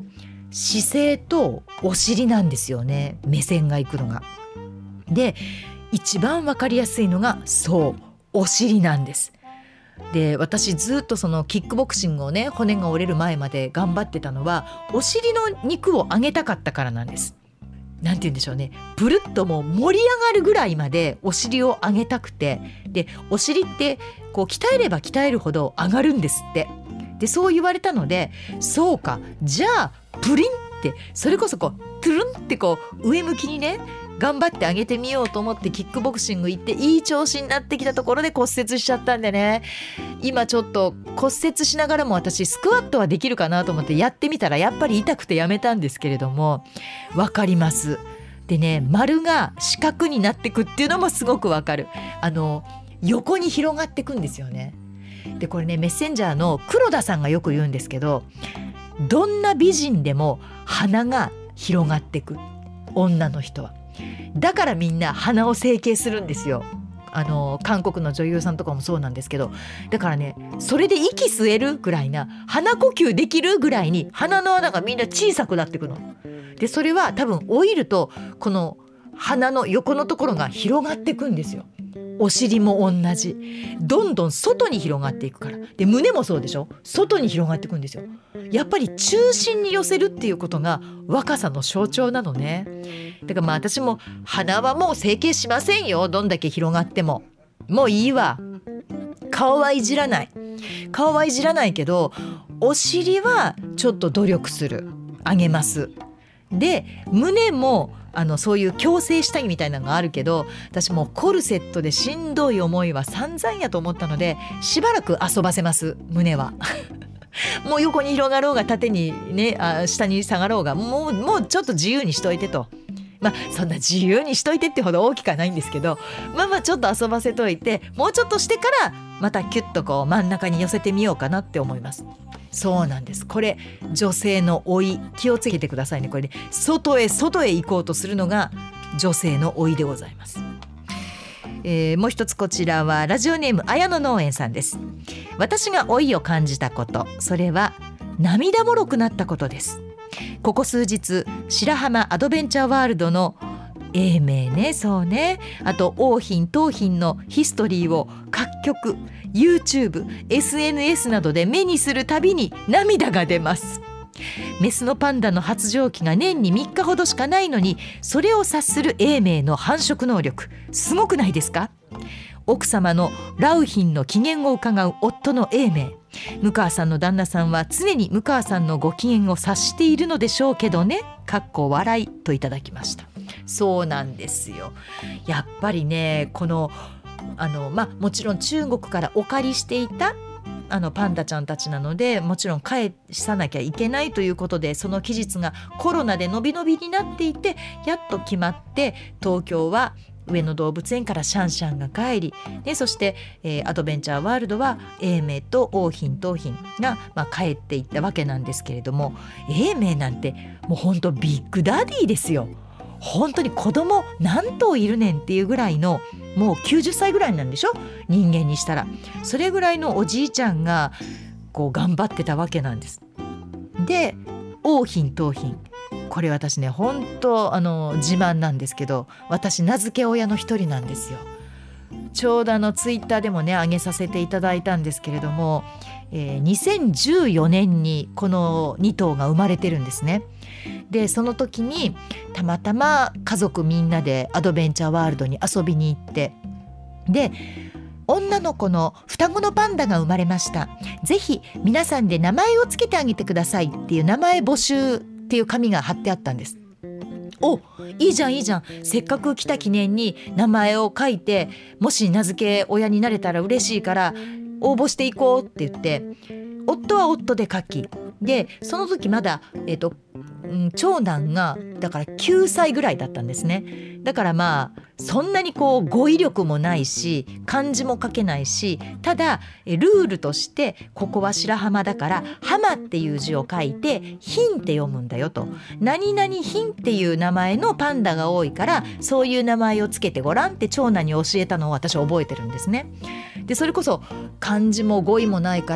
A: 姿勢とお尻なんですよね、目線がいくのが。で一番わかりやすいのがそうお尻なんです。で私ずっとそのキックボクシングをね、骨が折れる前まで頑張ってたのはお尻の肉を上げたかったからなんです。なんて言うんでしょうね、プルッともう盛り上がるぐらいまでお尻を上げたくて、でお尻ってこう鍛えれば鍛えるほど上がるんですって。でそう言われたので、そうかじゃあプリンってそれこそこうトゥルンってこう上向きにね頑張って上げてみようと思ってキックボクシング行っていい調子になってきたところで骨折しちゃったんでね、今ちょっと骨折しながらも私スクワットはできるかなと思ってやってみたらやっぱり痛くてやめたんですけれども、わかります。でね、丸が四角になってくっていうのもすごくわかる。あの横に広がってくんですよね。でこれねメッセンジャーの黒田さんがよく言うんですけど、どんな美人でも鼻が広がってく、女の人は。だからみんな鼻を整形するんですよ。あの韓国の女優さんとかもそうなんですけど、だからねそれで息吸えるぐらいな、鼻呼吸できるぐらいに鼻の穴がみんな小さくなってくので、それは多分老いるとこの鼻の横のところが広がってくんですよ。お尻も同じ、どんどん外に広がっていくから。で胸もそうでしょ、外に広がっていくんですよ。やっぱり中心に寄せるっていうことが若さの象徴なのね。だからまあ私も鼻はもう整形しませんよ、どんだけ広がっても。もういいわ、顔はいじらない、顔はいじらないけどお尻はちょっと努力する、上げます。で胸もあのそういう矯正下着みたいなのがあるけど、私もうコルセットでしんどい思いは散々やと思ったので、しばらく遊ばせます。胸はもう横に広がろうが縦にね、あ下に下がろうがもう、もうちょっと自由にしといてと。まあそんな自由にしといてってほど大きくはないんですけど、まあまあちょっと遊ばせといて、もうちょっとしてからまたキュッとこう真ん中に寄せてみようかなって思います。そうなんです。これ女性の老い、気をつけてくださいね。これね、外へ外へ行こうとするのが女性の老いでございます。えー、もう一つこちらはラジオネーム綾野農園さんです。私が老いを感じたこと、それは涙もろくなったことです。ここ数日白浜アドベンチャーワールドの英明ね、そうね、あと桜浜桃浜のヒストリーを各局 YouTube、エスエヌエス などで目にするたびに涙が出ます。メスのパンダの発情期が年にみっかほどしかないのに、それを察する英明の繁殖能力すごくないですか。奥様の良浜の機嫌を伺う夫の英明、向川さんの旦那さんは常に向川さんのご機嫌を察しているのでしょうけどね、かっこ笑いといただきました。そうなんですよ。やっぱりね、このあの、まあ、もちろん中国からお借りしていたあのパンダちゃんたちなので、もちろん返さなきゃいけないということで、その期日がコロナで伸び伸びになっていて、やっと決まって、東京は上野動物園からシャンシャンが帰り、でそして、えー、アドベンチャーワールドは永明と桜浜桃浜が、まあ、帰っていったわけなんですけれども、永明なんてもう本当ビッグダディですよ。本当に子供何頭いるねんっていうぐらいの、もうきゅうじゅっさいぐらいなんでしょ、人間にしたら。それぐらいのおじいちゃんがこう頑張ってたわけなんです。で桜浜桃浜、これ私ね本当あの自慢なんですけど、私名付け親の一人なんですよ。ちょうどあのツイッターでもね上げさせていただいたんですけれども、えー、にせんじゅうよねんにこのに頭が生まれてるんですね。でその時にたまたま家族みんなでアドベンチャーワールドに遊びに行って、で女の子の双子のパンダが生まれました、ぜひ皆さんで名前をつけてあげてくださいっていう名前募集っていう紙が貼ってあったんです。お、いいじゃんいいじゃん、せっかく来た記念に名前を書いて、もし名付け親になれたら嬉しいから応募していこうって言って、夫は夫で書き、でその時まだ、えーとうん、長男がだからきゅうさいぐらいだったんですね。だからまあそんなにこう語彙力もないし漢字も書けないし、ただルールとしてここは白浜だから浜っていう字を書いて浜って読むんだよと、何々浜っていう名前のパンダが多いからそういう名前をつけてごらんって長男に教えたのを私は覚えてるんですね。でそれこそ漢字も語彙もないから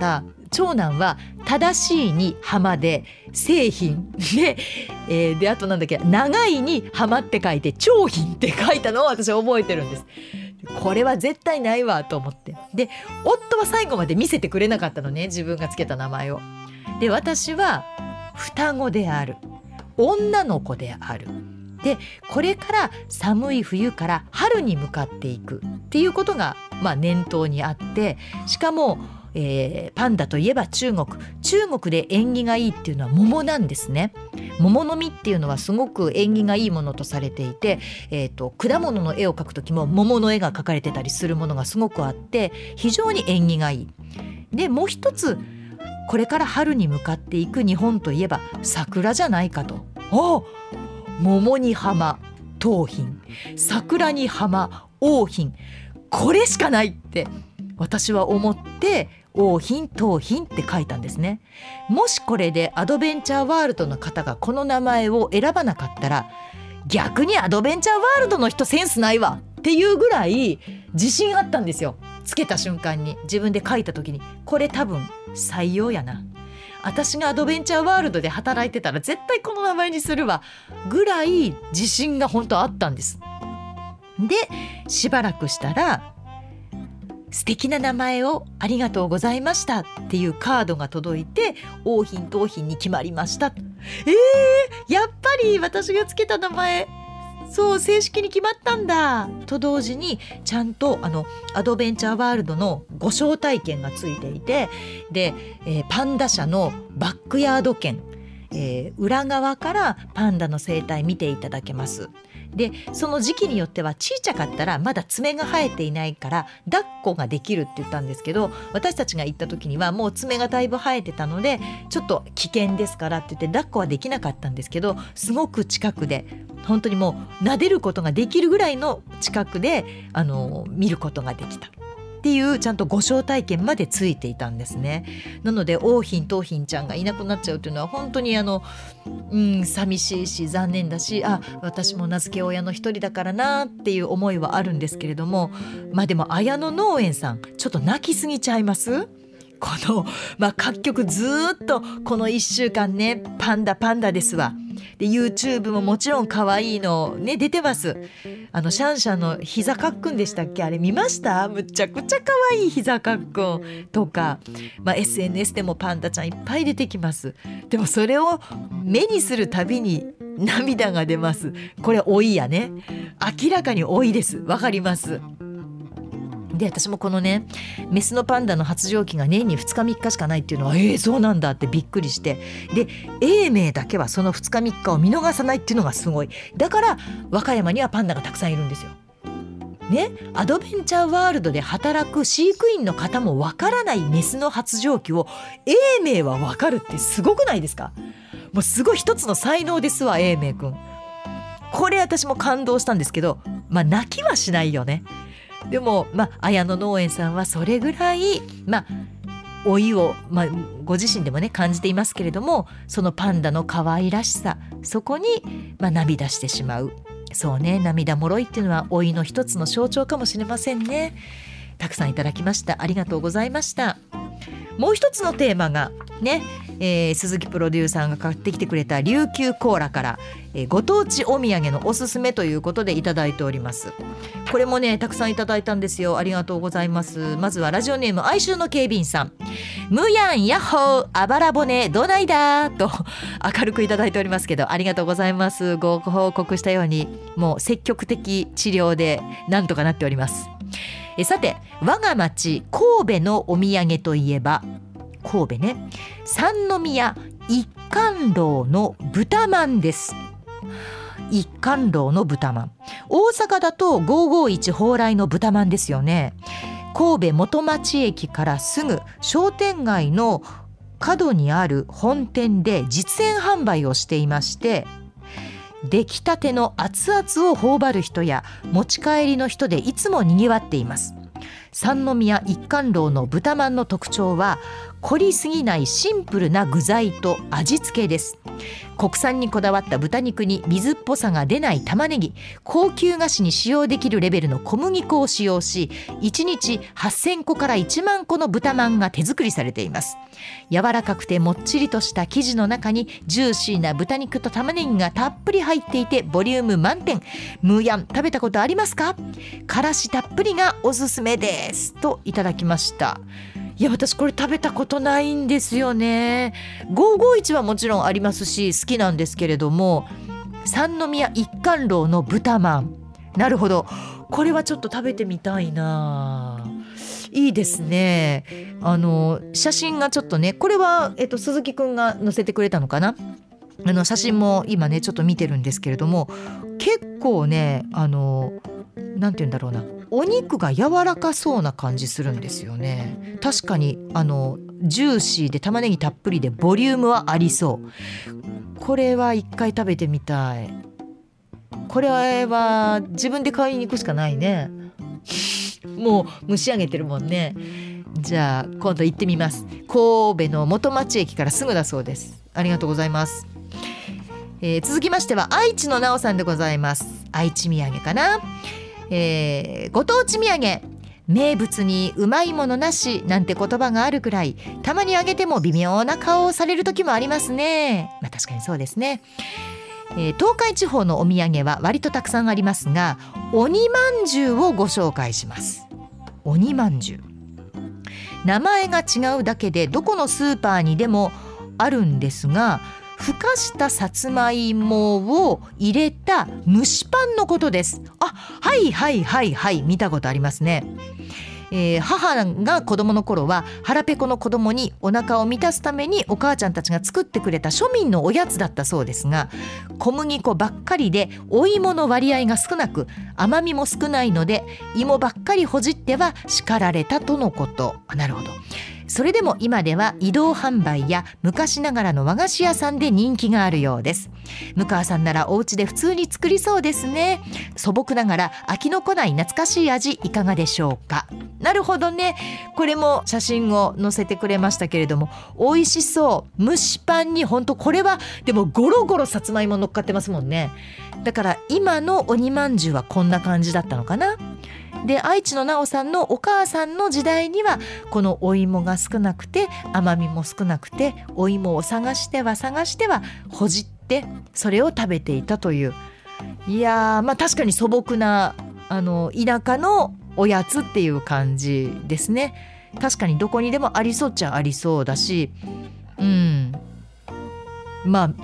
A: 長男は正しいに浜で製品で、えー、であとなんだっけ長いに浜って書いて長品って書いたのを私は覚えてるんです。これは絶対ないわと思って、で夫は最後まで見せてくれなかったのね、自分がつけた名前を。で私は双子である、女の子である、でこれから寒い冬から春に向かっていくっていうことが、まあ、念頭にあって、しかも、えー、パンダといえば中国中国で縁起がいいっていうのは桃なんですね。桃の実っていうのはすごく縁起がいいものとされていて、えーと、果物の絵を描くときも桃の絵が描かれてたりするものがすごくあって、非常に縁起がいい。でもう一つ、これから春に向かっていく日本といえば桜じゃないかと。お桃に浜桃浜、桜に浜桜浜、これしかないって私は思って桜浜桃浜って書いたんですね。もしこれでアドベンチャーワールドの方がこの名前を選ばなかったら、逆にアドベンチャーワールドの人センスないわっていうぐらい自信あったんですよ。つけた瞬間に、自分で書いた時に、これ多分採用やな、私がアドベンチャーワールドで働いてたら絶対この名前にするわぐらい自信が本当あったんです。でしばらくしたら、素敵な名前をありがとうございましたっていうカードが届いて、桜浜桃浜に決まりました。えー、やっぱり私がつけた名前、そう正式に決まったんだと同時に、ちゃんとあのアドベンチャーワールドのご招待券がついていて、で、えー、パンダ舎のバックヤード券、えー、裏側からパンダの生態見ていただけます。でその時期によっては小さかったらまだ爪が生えていないから抱っこができるって言ったんですけど、私たちが行った時にはもう爪がだいぶ生えてたのでちょっと危険ですからって言って抱っこはできなかったんですけど、すごく近くで本当にもう撫でることができるぐらいの近くであの見ることができたっていうちゃんとご招待券までついていたんですね。なので桜浜桃浜ちゃんがいなくなっちゃうというのは本当にあの、うん、寂しいし残念だし、あ私も名付け親の一人だからなっていう思いはあるんですけれども、まあでも綾野農園さんちょっと泣きすぎちゃいます？この、まあ、各局ずっとこのいっしゅうかんねパンダパンダですわ。で YouTube ももちろん可愛いのね出てます。あのシャンシャンの膝かっくんでしたっけ、あれ見ました？むちゃくちゃ可愛い膝かっくんとか、まあ、エスエヌエス でもパンダちゃんいっぱい出てきます。でもそれを目にするたびに涙が出ます。これ老いやね、明らかに老いです。わかります。で私もこのねメスのパンダの発情期が年にふつかみっかしかないっていうのはえー、そうなんだってびっくりして、で永明だけはそのふつかみっかを見逃さないっていうのがすごい。だから和歌山にはパンダがたくさんいるんですよね。アドベンチャーワールドで働く飼育員の方もわからないメスの発情期を永明はわかるってすごくないですか？もうすごい一つの才能ですわ永明くん。これ私も感動したんですけど、まあ泣きはしないよね。でも、まあ、綾野農園さんはそれぐらい、まあ、老いを、まあ、ご自身でもね感じていますけれども、そのパンダの可愛らしさ、そこに、まあ、涙してしまう。そうね、涙もろいっていうのは老いの一つの象徴かもしれませんね。たくさんいただきました。ありがとうございました。もう一つのテーマがね、えー、鈴木プロデューサーが買ってきてくれた琉球コーラから、えー、ご当地お土産のおすすめということでいただいております。これもねたくさんいただいたんですよ。ありがとうございます。まずはラジオネーム哀愁の警備員さん、むやんやっほーあばら骨どないだと明るくいただいておりますけど、ありがとうございます。ご報告したようにもう積極的治療でなんとかなっております。えさて我が町神戸のお土産といえば、神戸ね三宮一貫楼の豚まんです。一貫楼の豚まん、大阪だとごーごーいち蓬莱の豚まんですよね。神戸元町駅からすぐ商店街の角にある本店で実演販売をしていまして、出来たての熱々を頬張る人や持ち帰りの人でいつもにぎわっています。三宮一貫楼の豚まんの特徴は凝りすぎないシンプルな具材と味付けです。国産にこだわった豚肉に水っぽさが出ない玉ねぎ、高級菓子に使用できるレベルの小麦粉を使用し、いちにちはっせんこからいちまんこの豚まんが手作りされています。柔らかくてもっちりとした生地の中にジューシーな豚肉と玉ねぎがたっぷり入っていてボリューム満点。ムーヤン食べたことありますか？からしたっぷりがおすすめですといただきました。いや私これ食べたことないんですよね。ごーごーいちはもちろんありますし好きなんですけれども、三宮一貫楼の豚まん、なるほど、これはちょっと食べてみたいな。いいですね。あの写真がちょっとね、これは、えっと、鈴木くんが載せてくれたのかな。あの写真も今ねちょっと見てるんですけれども、結構ねあのなんて言うんだろうな、お肉が柔らかそうな感じするんですよね。確かにあのジューシーで玉ねぎたっぷりでボリュームはありそう。これは一回食べてみたい。これは自分で買いに行くしかないね。もう蒸し上げてるもんね。じゃあ今度行ってみます。神戸の元町駅からすぐだそうです。ありがとうございます。えー、続きましては愛知のなおさんでございます。愛知土産かな。えー、ご当地土産、名物にうまいものなしなんて言葉があるくらい、たまにあげても微妙な顔をされる時もありますね。まあ確かにそうですね。えー、東海地方のお土産は割とたくさんありますが、鬼まんじゅうをご紹介します。鬼まんじゅう、名前が違うだけでどこのスーパーにでもあるんですが、ふかしたさつまいもを入れた蒸しパンのことです。あ、はいはいはいはい、見たことありますね。えー、母が子供の頃は腹ペコの子供にお腹を満たすためにお母ちゃんたちが作ってくれた庶民のおやつだったそうですが、小麦粉ばっかりでお芋の割合が少なく甘みも少ないので芋ばっかりほじっては叱られたとのこと。あ、なるほど。それでも今では移動販売や昔ながらの和菓子屋さんで人気があるようです。向川さんならお家で普通に作りそうですね。素朴ながら飽きのこない懐かしい味いかがでしょうか。なるほどね。これも写真を載せてくれましたけれども、美味しそう。蒸しパンに本当これはでもゴロゴロさつまいも乗っかってますもんね。だから今の鬼まんじゅうはこんな感じだったのかな。で、愛知のなおさんのお母さんの時代にはこのお芋が少なくて甘みも少なくて、お芋を探しては探してはほじってそれを食べていたという。いやー、まあ確かに素朴なあの田舎のおやつっていう感じですね。確かにどこにでもありそうっちゃありそうだし、うん、まあ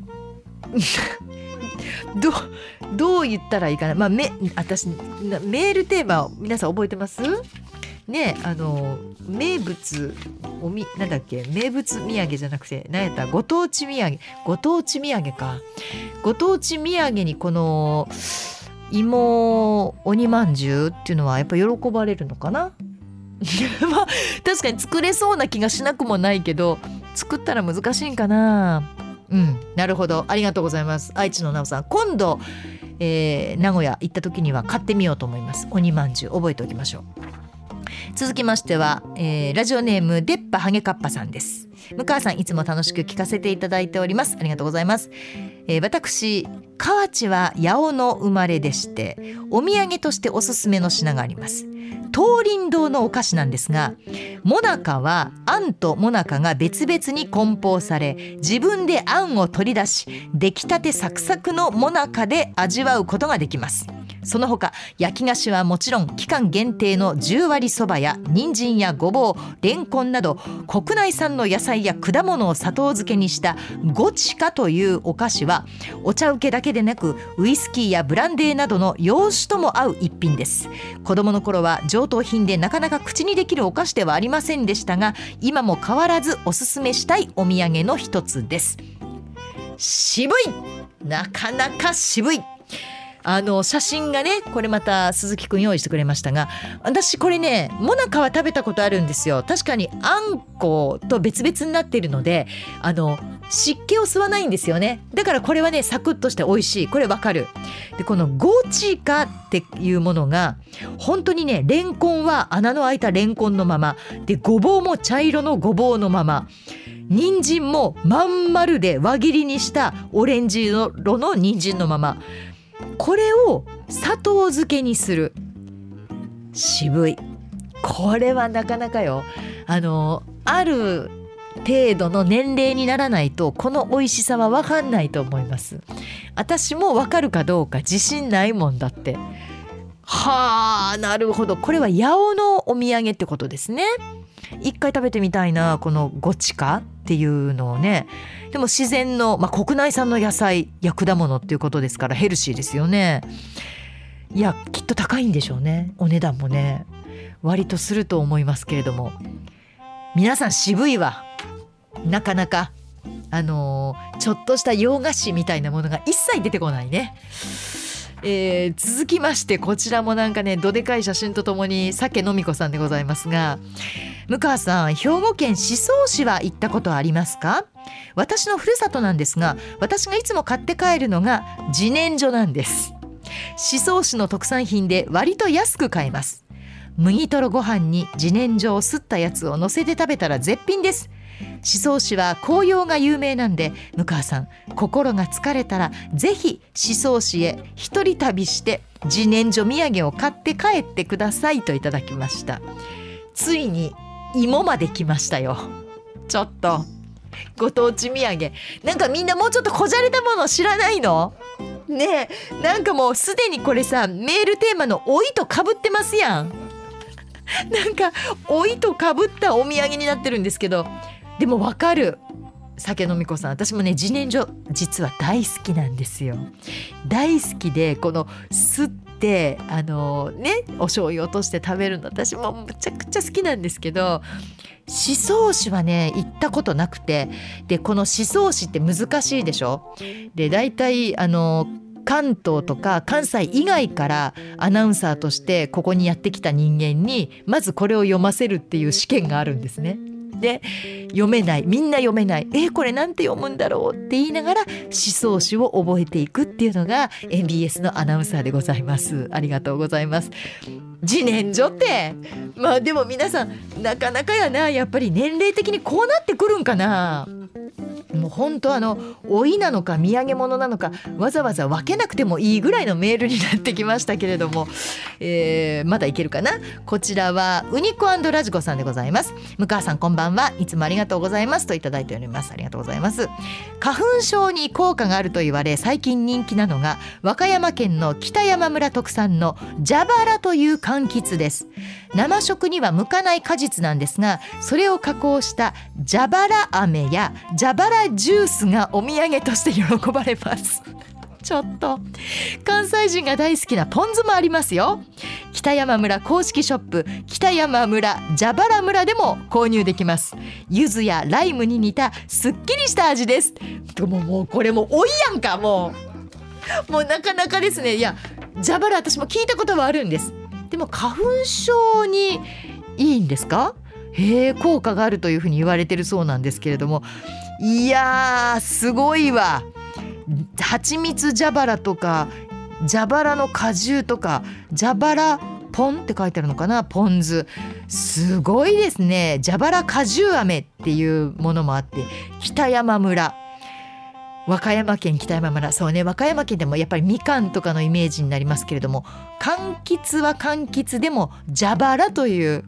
A: どうどう言ったらいいかな。まあ、め私メールテーマを皆さん覚えてますね。あの名物おみなんだっけ名物土産じゃなくて何やったご当地土産ご当地土産かご当地土産にこの芋鬼まんじゅうっていうのはやっぱ喜ばれるのかなまあ確かに作れそうな気がしなくもないけど、作ったら難しいんかな。うん、なるほど、ありがとうございます。愛知のなおさん、今度、えー、名古屋行った時には買ってみようと思います。鬼まんじゅう覚えておきましょう。続きましては、えー、ラジオネームでっぱはげかっぱさんです。向川さん、いつも楽しく聞かせていただいております。ありがとうございます。えー、私河内は八尾の生まれでして、お土産としておすすめの品があります。東林堂のお菓子なんですが、もなかはあんともなかが別々に梱包され、自分であんを取り出し、出来たてサクサクのもなかで味わうことができます。その他焼き菓子はもちろん、期間限定の十割そばや人参やごぼう、レンコンなど国内産の野菜や果物を砂糖漬けにしたゴチカというお菓子は、お茶受けだけでなくウイスキーやブランデーなどの洋酒とも合う一品です。子供の頃は上等品でなかなか口にできるお菓子ではありませんでしたが、今も変わらずおすすめしたいお土産の一つです。渋い、なかなか渋い。あの写真がね、これまた鈴木くん用意してくれましたが、私これね、もなかは食べたことあるんですよ。確かにあんこと別々になっているので、あの湿気を吸わないんですよね。だからこれはねサクッとして美味しい。これわかる。でこのゴチカっていうものが本当にね、レンコンは穴の開いたレンコンのままで、ごぼうも茶色のごぼうのまま、人参もまん丸で輪切りにしたオレンジ色の人参のまま、これを砂糖漬けにする。渋い。これはなかなかよ。あのある程度の年齢にならないとこの美味しさは分かんないと思います。私も分かるかどうか自信ないもんだって。はあ、なるほど。これは八尾のお土産ってことですね。一回食べてみたいな、このゴチカっていうのをね。でも自然の、まあ、国内産の野菜や果物っていうことですからヘルシーですよね。いやきっと高いんでしょうね。お値段もね割とすると思いますけれども、皆さん渋いわ。なかなかあのー、ちょっとした洋菓子みたいなものが一切出てこないね。えー、続きましてこちらもなんかねどでかい写真とともに酒飲み子さんでございますが、向川さん、兵庫県宍粟市は行ったことありますか？私のふるさとなんですが、私がいつも買って帰るのが自然薯なんです。宍粟市の特産品で割と安く買えます。麦とろご飯に自然薯をすったやつを乗せて食べたら絶品です。宍粟市は紅葉が有名なんで、向川さん心が疲れたらぜひ宍粟市へ一人旅して自然薯土産を買って帰ってくださいといただきました。ついに芋まで来ましたよ。ちょっとご当地土産、なんかみんなもうちょっとこじゃれたもの知らないのねえ。なんかもうすでにこれさ、メールテーマの老いとかぶってますやん。なんか老いとかぶったお土産になってるんですけど、でもわかる。酒飲み子さん、私もね自然薯実は大好きなんですよ。大好きで、このすってあのねお醤油落として食べるの私もむちゃくちゃ好きなんですけど、宍粟市はね行ったことなくて、でこの宍粟市って難しいでしょ。でだいたいあの関東とか関西以外からアナウンサーとしてここにやってきた人間にまずこれを読ませるっていう試験があるんですね。で読めない、みんな読めない、えー、これなんて読むんだろうって言いながら宍粟市を覚えていくっていうのが エムビーエス のアナウンサーでございます。ありがとうございます。自然薯ってまあでも皆さんなかなかやな、やっぱり年齢的にこうなってくるんかな。もう本当あの老いなのか土産物なのかわざわざ分けなくてもいいぐらいのメールになってきましたけれども、えー、まだいけるかな。こちらはウニコ&ラジコさんでございます。向川さんこんばんは、いつもありがとうございますといただいております。ありがとうございます。花粉症に効果があると言われ最近人気なのが和歌山県の北山村特産の蛇腹という柑橘です。生食には向かない果実なんですが、それを加工した蛇腹飴や蛇腹ジュースがお土産として喜ばれます。ちょっと関西人が大好きなポン酢もありますよ。北山村公式ショップ北山村蛇腹村でも購入できます。柚子やライムに似たすっきりした味です。もう、もうこれもうおいやんか、もうもうなかなかですね。いや蛇腹私も聞いたことはあるんです。でも花粉症にいいんですか？へえ、効果があるというふうに言われてるそうなんですけれども、いやーすごいわ。蜂蜜蛇腹とか蛇腹の果汁とか蛇腹ポンって書いてあるのかな、ポン酢すごいですね。蛇腹果汁飴っていうものもあって、北山村和歌山県北山村、そうね、和歌山県でもやっぱりみかんとかのイメージになりますけれども、柑橘は柑橘でも蛇腹という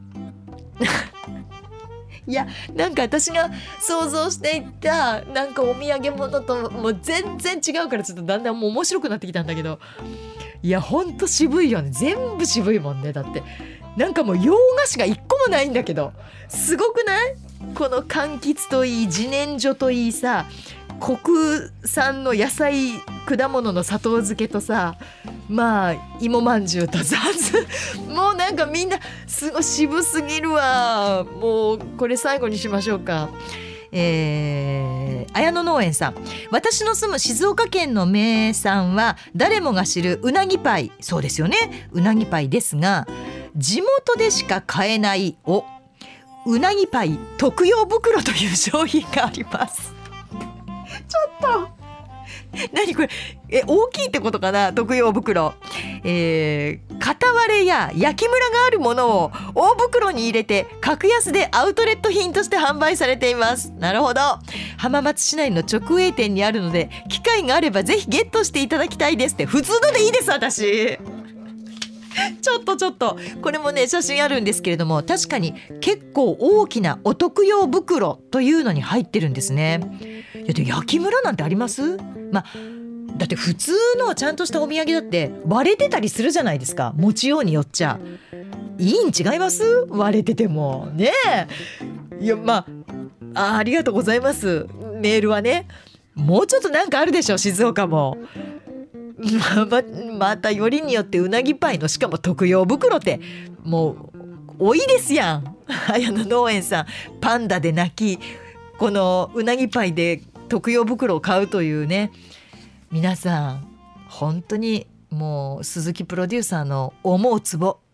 A: いやなんか私が想像していたなんかお土産物ともう全然違うから、ちょっとだんだんもう面白くなってきたんだけど、いやほんと渋いよね。全部渋いもんね。だってなんかもう洋菓子が一個もないんだけど、すごくない？この柑橘といい自然薯といいさ、国産の野菜果物の砂糖漬けとさ、まあ芋まんじゅうとさもうなんかみんなすごい渋すぎるわ。もうこれ最後にしましょうか。えー、綾野農園さん、私の住む静岡県の名産は誰もが知るうなぎパイ。そうですよね、うなぎパイですが、地元でしか買えないおうなぎパイ特用袋という商品があります。 ちょっと何これ、え大きいってことかな。特用袋、えー、片割れや焼きムラがあるものを大袋に入れて格安でアウトレット品として販売されています。なるほど。浜松市内の直営店にあるので機会があればぜひゲットしていただきたいですって。普通のでいいです私ちょっとちょっとこれもね写真あるんですけれども、確かに結構大きなお得用袋というのに入ってるんですね。いやで焼きムラなんてあります？まあだって普通のちゃんとしたお土産だって割れてたりするじゃないですか。持ちようによっちゃいいん違います？割れててもねえ。いやまあ あ, ありがとうございます。メールはねもうちょっとなんかあるでしょ静岡も。ま, ま, またよりによってうなぎパイのしかも特用袋ってもう多いですやん。綾野農園さんパンダで泣きこのうなぎパイで特用袋を買うというね。皆さん本当にもう鈴木プロデューサーの思うツボ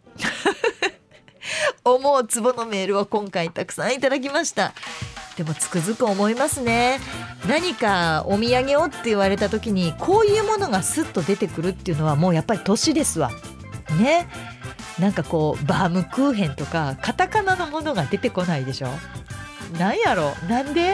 A: 思うツボのメールを今回たくさんいただきました。でもつくづく思いますね。何かお土産をって言われた時にこういうものがスッと出てくるっていうのはもうやっぱり年ですわね。なんかこうバームクーヘンとかカタカナのものが出てこないでしょ。なんやろなんで。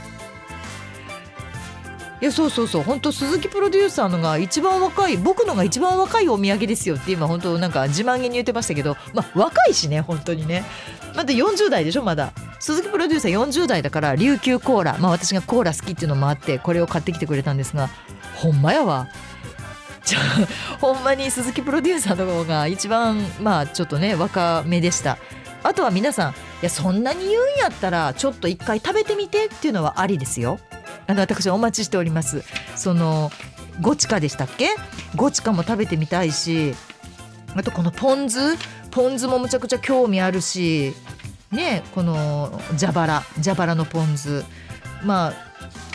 A: いやそうそうそう本当鈴木プロデューサーのが一番若い僕のが一番若いお土産ですよって今本当なんか自慢げに言ってましたけど、まあ若いしね本当にね。まだよんじゅう代でしょ。まだ鈴木プロデューサーよんじゅう代だから琉球コーラ、まあ私がコーラ好きっていうのもあってこれを買ってきてくれたんですが、ほんまやわちょほんまに鈴木プロデューサーの方が一番まあちょっとね若めでした。あとは皆さんいやそんなに言うんやったらちょっと一回食べてみてっていうのはありですよ。あの私お待ちしております。そのゴチカでしたっけ。ゴチカも食べてみたいし、あとこのポン酢ポン酢もむちゃくちゃ興味あるしね。この蛇腹蛇腹のポン酢まあ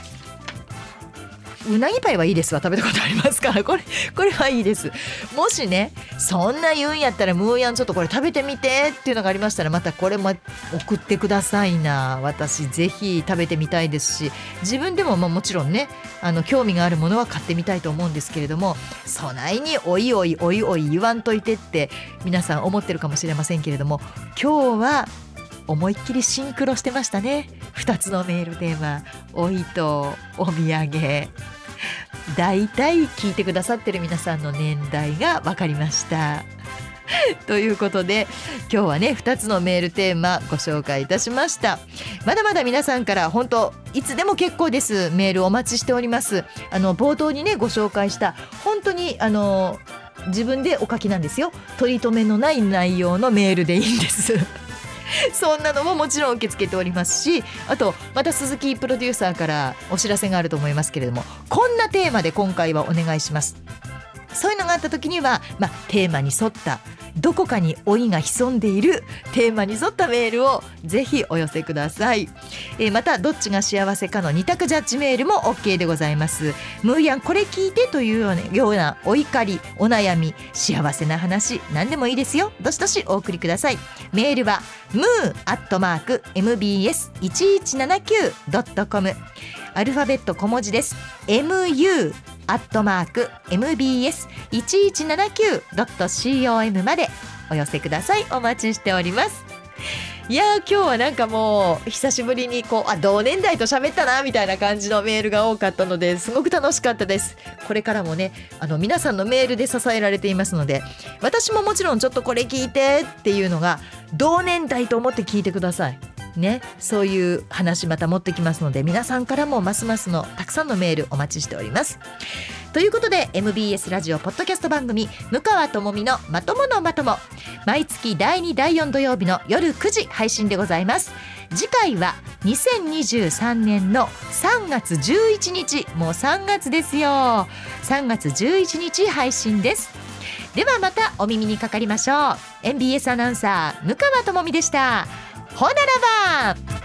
A: うなぎパイはいいですわ。食べたことありますからこれこれはいいです。もしねそんな言うんやったらムーヤンちょっとこれ食べてみてっていうのがありましたらまたこれも送ってくださいな。私ぜひ食べてみたいですし自分でもまあもちろんねあの興味があるものは買ってみたいと思うんですけれども、そないにおいおいおいおい言わんといてって皆さん思ってるかもしれませんけれども、今日は思いっきりシンクロしてましたね。ふたつのメールテーマおいとお土産、だいたい聞いてくださってる皆さんの年代が分かりましたということで今日はねふたつのメールテーマご紹介いたしました。まだまだ皆さんから本当いつでも結構です。メールお待ちしております。あの冒頭にねご紹介した本当にあの自分でお書きなんですよ。取り留めのない内容のメールでいいんですそんなのももちろん受け付けておりますし、あとまた鈴木プロデューサーからお知らせがあると思いますけれども、こんなテーマで今回はお願いします。そういうのがあった時には、まあ、テーマに沿ったどこかに老いが潜んでいるテーマに沿ったメールをぜひお寄せください。えー、またどっちが幸せかの二択ジャッジメールも OK でございます。ムーヤンこれ聞いてというようなお怒りお悩み幸せな話何でもいいですよ。どしどしお送りください。メールは ムー アットマーク エムビーエスいちいちななきゅう ドットコム アルファベット小文字です。 エムユー アットマーク エムビーエスいちいちななきゅう ドットコム までお寄せください。お待ちしております。いや今日はなんかもう久しぶりにこうあ同年代と喋ったなみたいな感じのメールが多かったのですごく楽しかったです。これからもねあの皆さんのメールで支えられていますので、私ももちろんちょっとこれ聞いてっていうのが同年代と思って聞いてくださいね。そういう話また持ってきますので、皆さんからもますますのたくさんのメールお待ちしております。ということで エムビーエス ラジオポッドキャスト番組向川智美のまとものまとも、毎月だいにだいよん土曜日の夜くじ配信でございます。次回はにせんにじゅうさんねんのさんがつじゅういちにち、もうさんがつですよ。さんがつじゅういちにち配信です。ではまたお耳にかかりましょう。 エムビーエス アナウンサー向川智美でした。ほならば。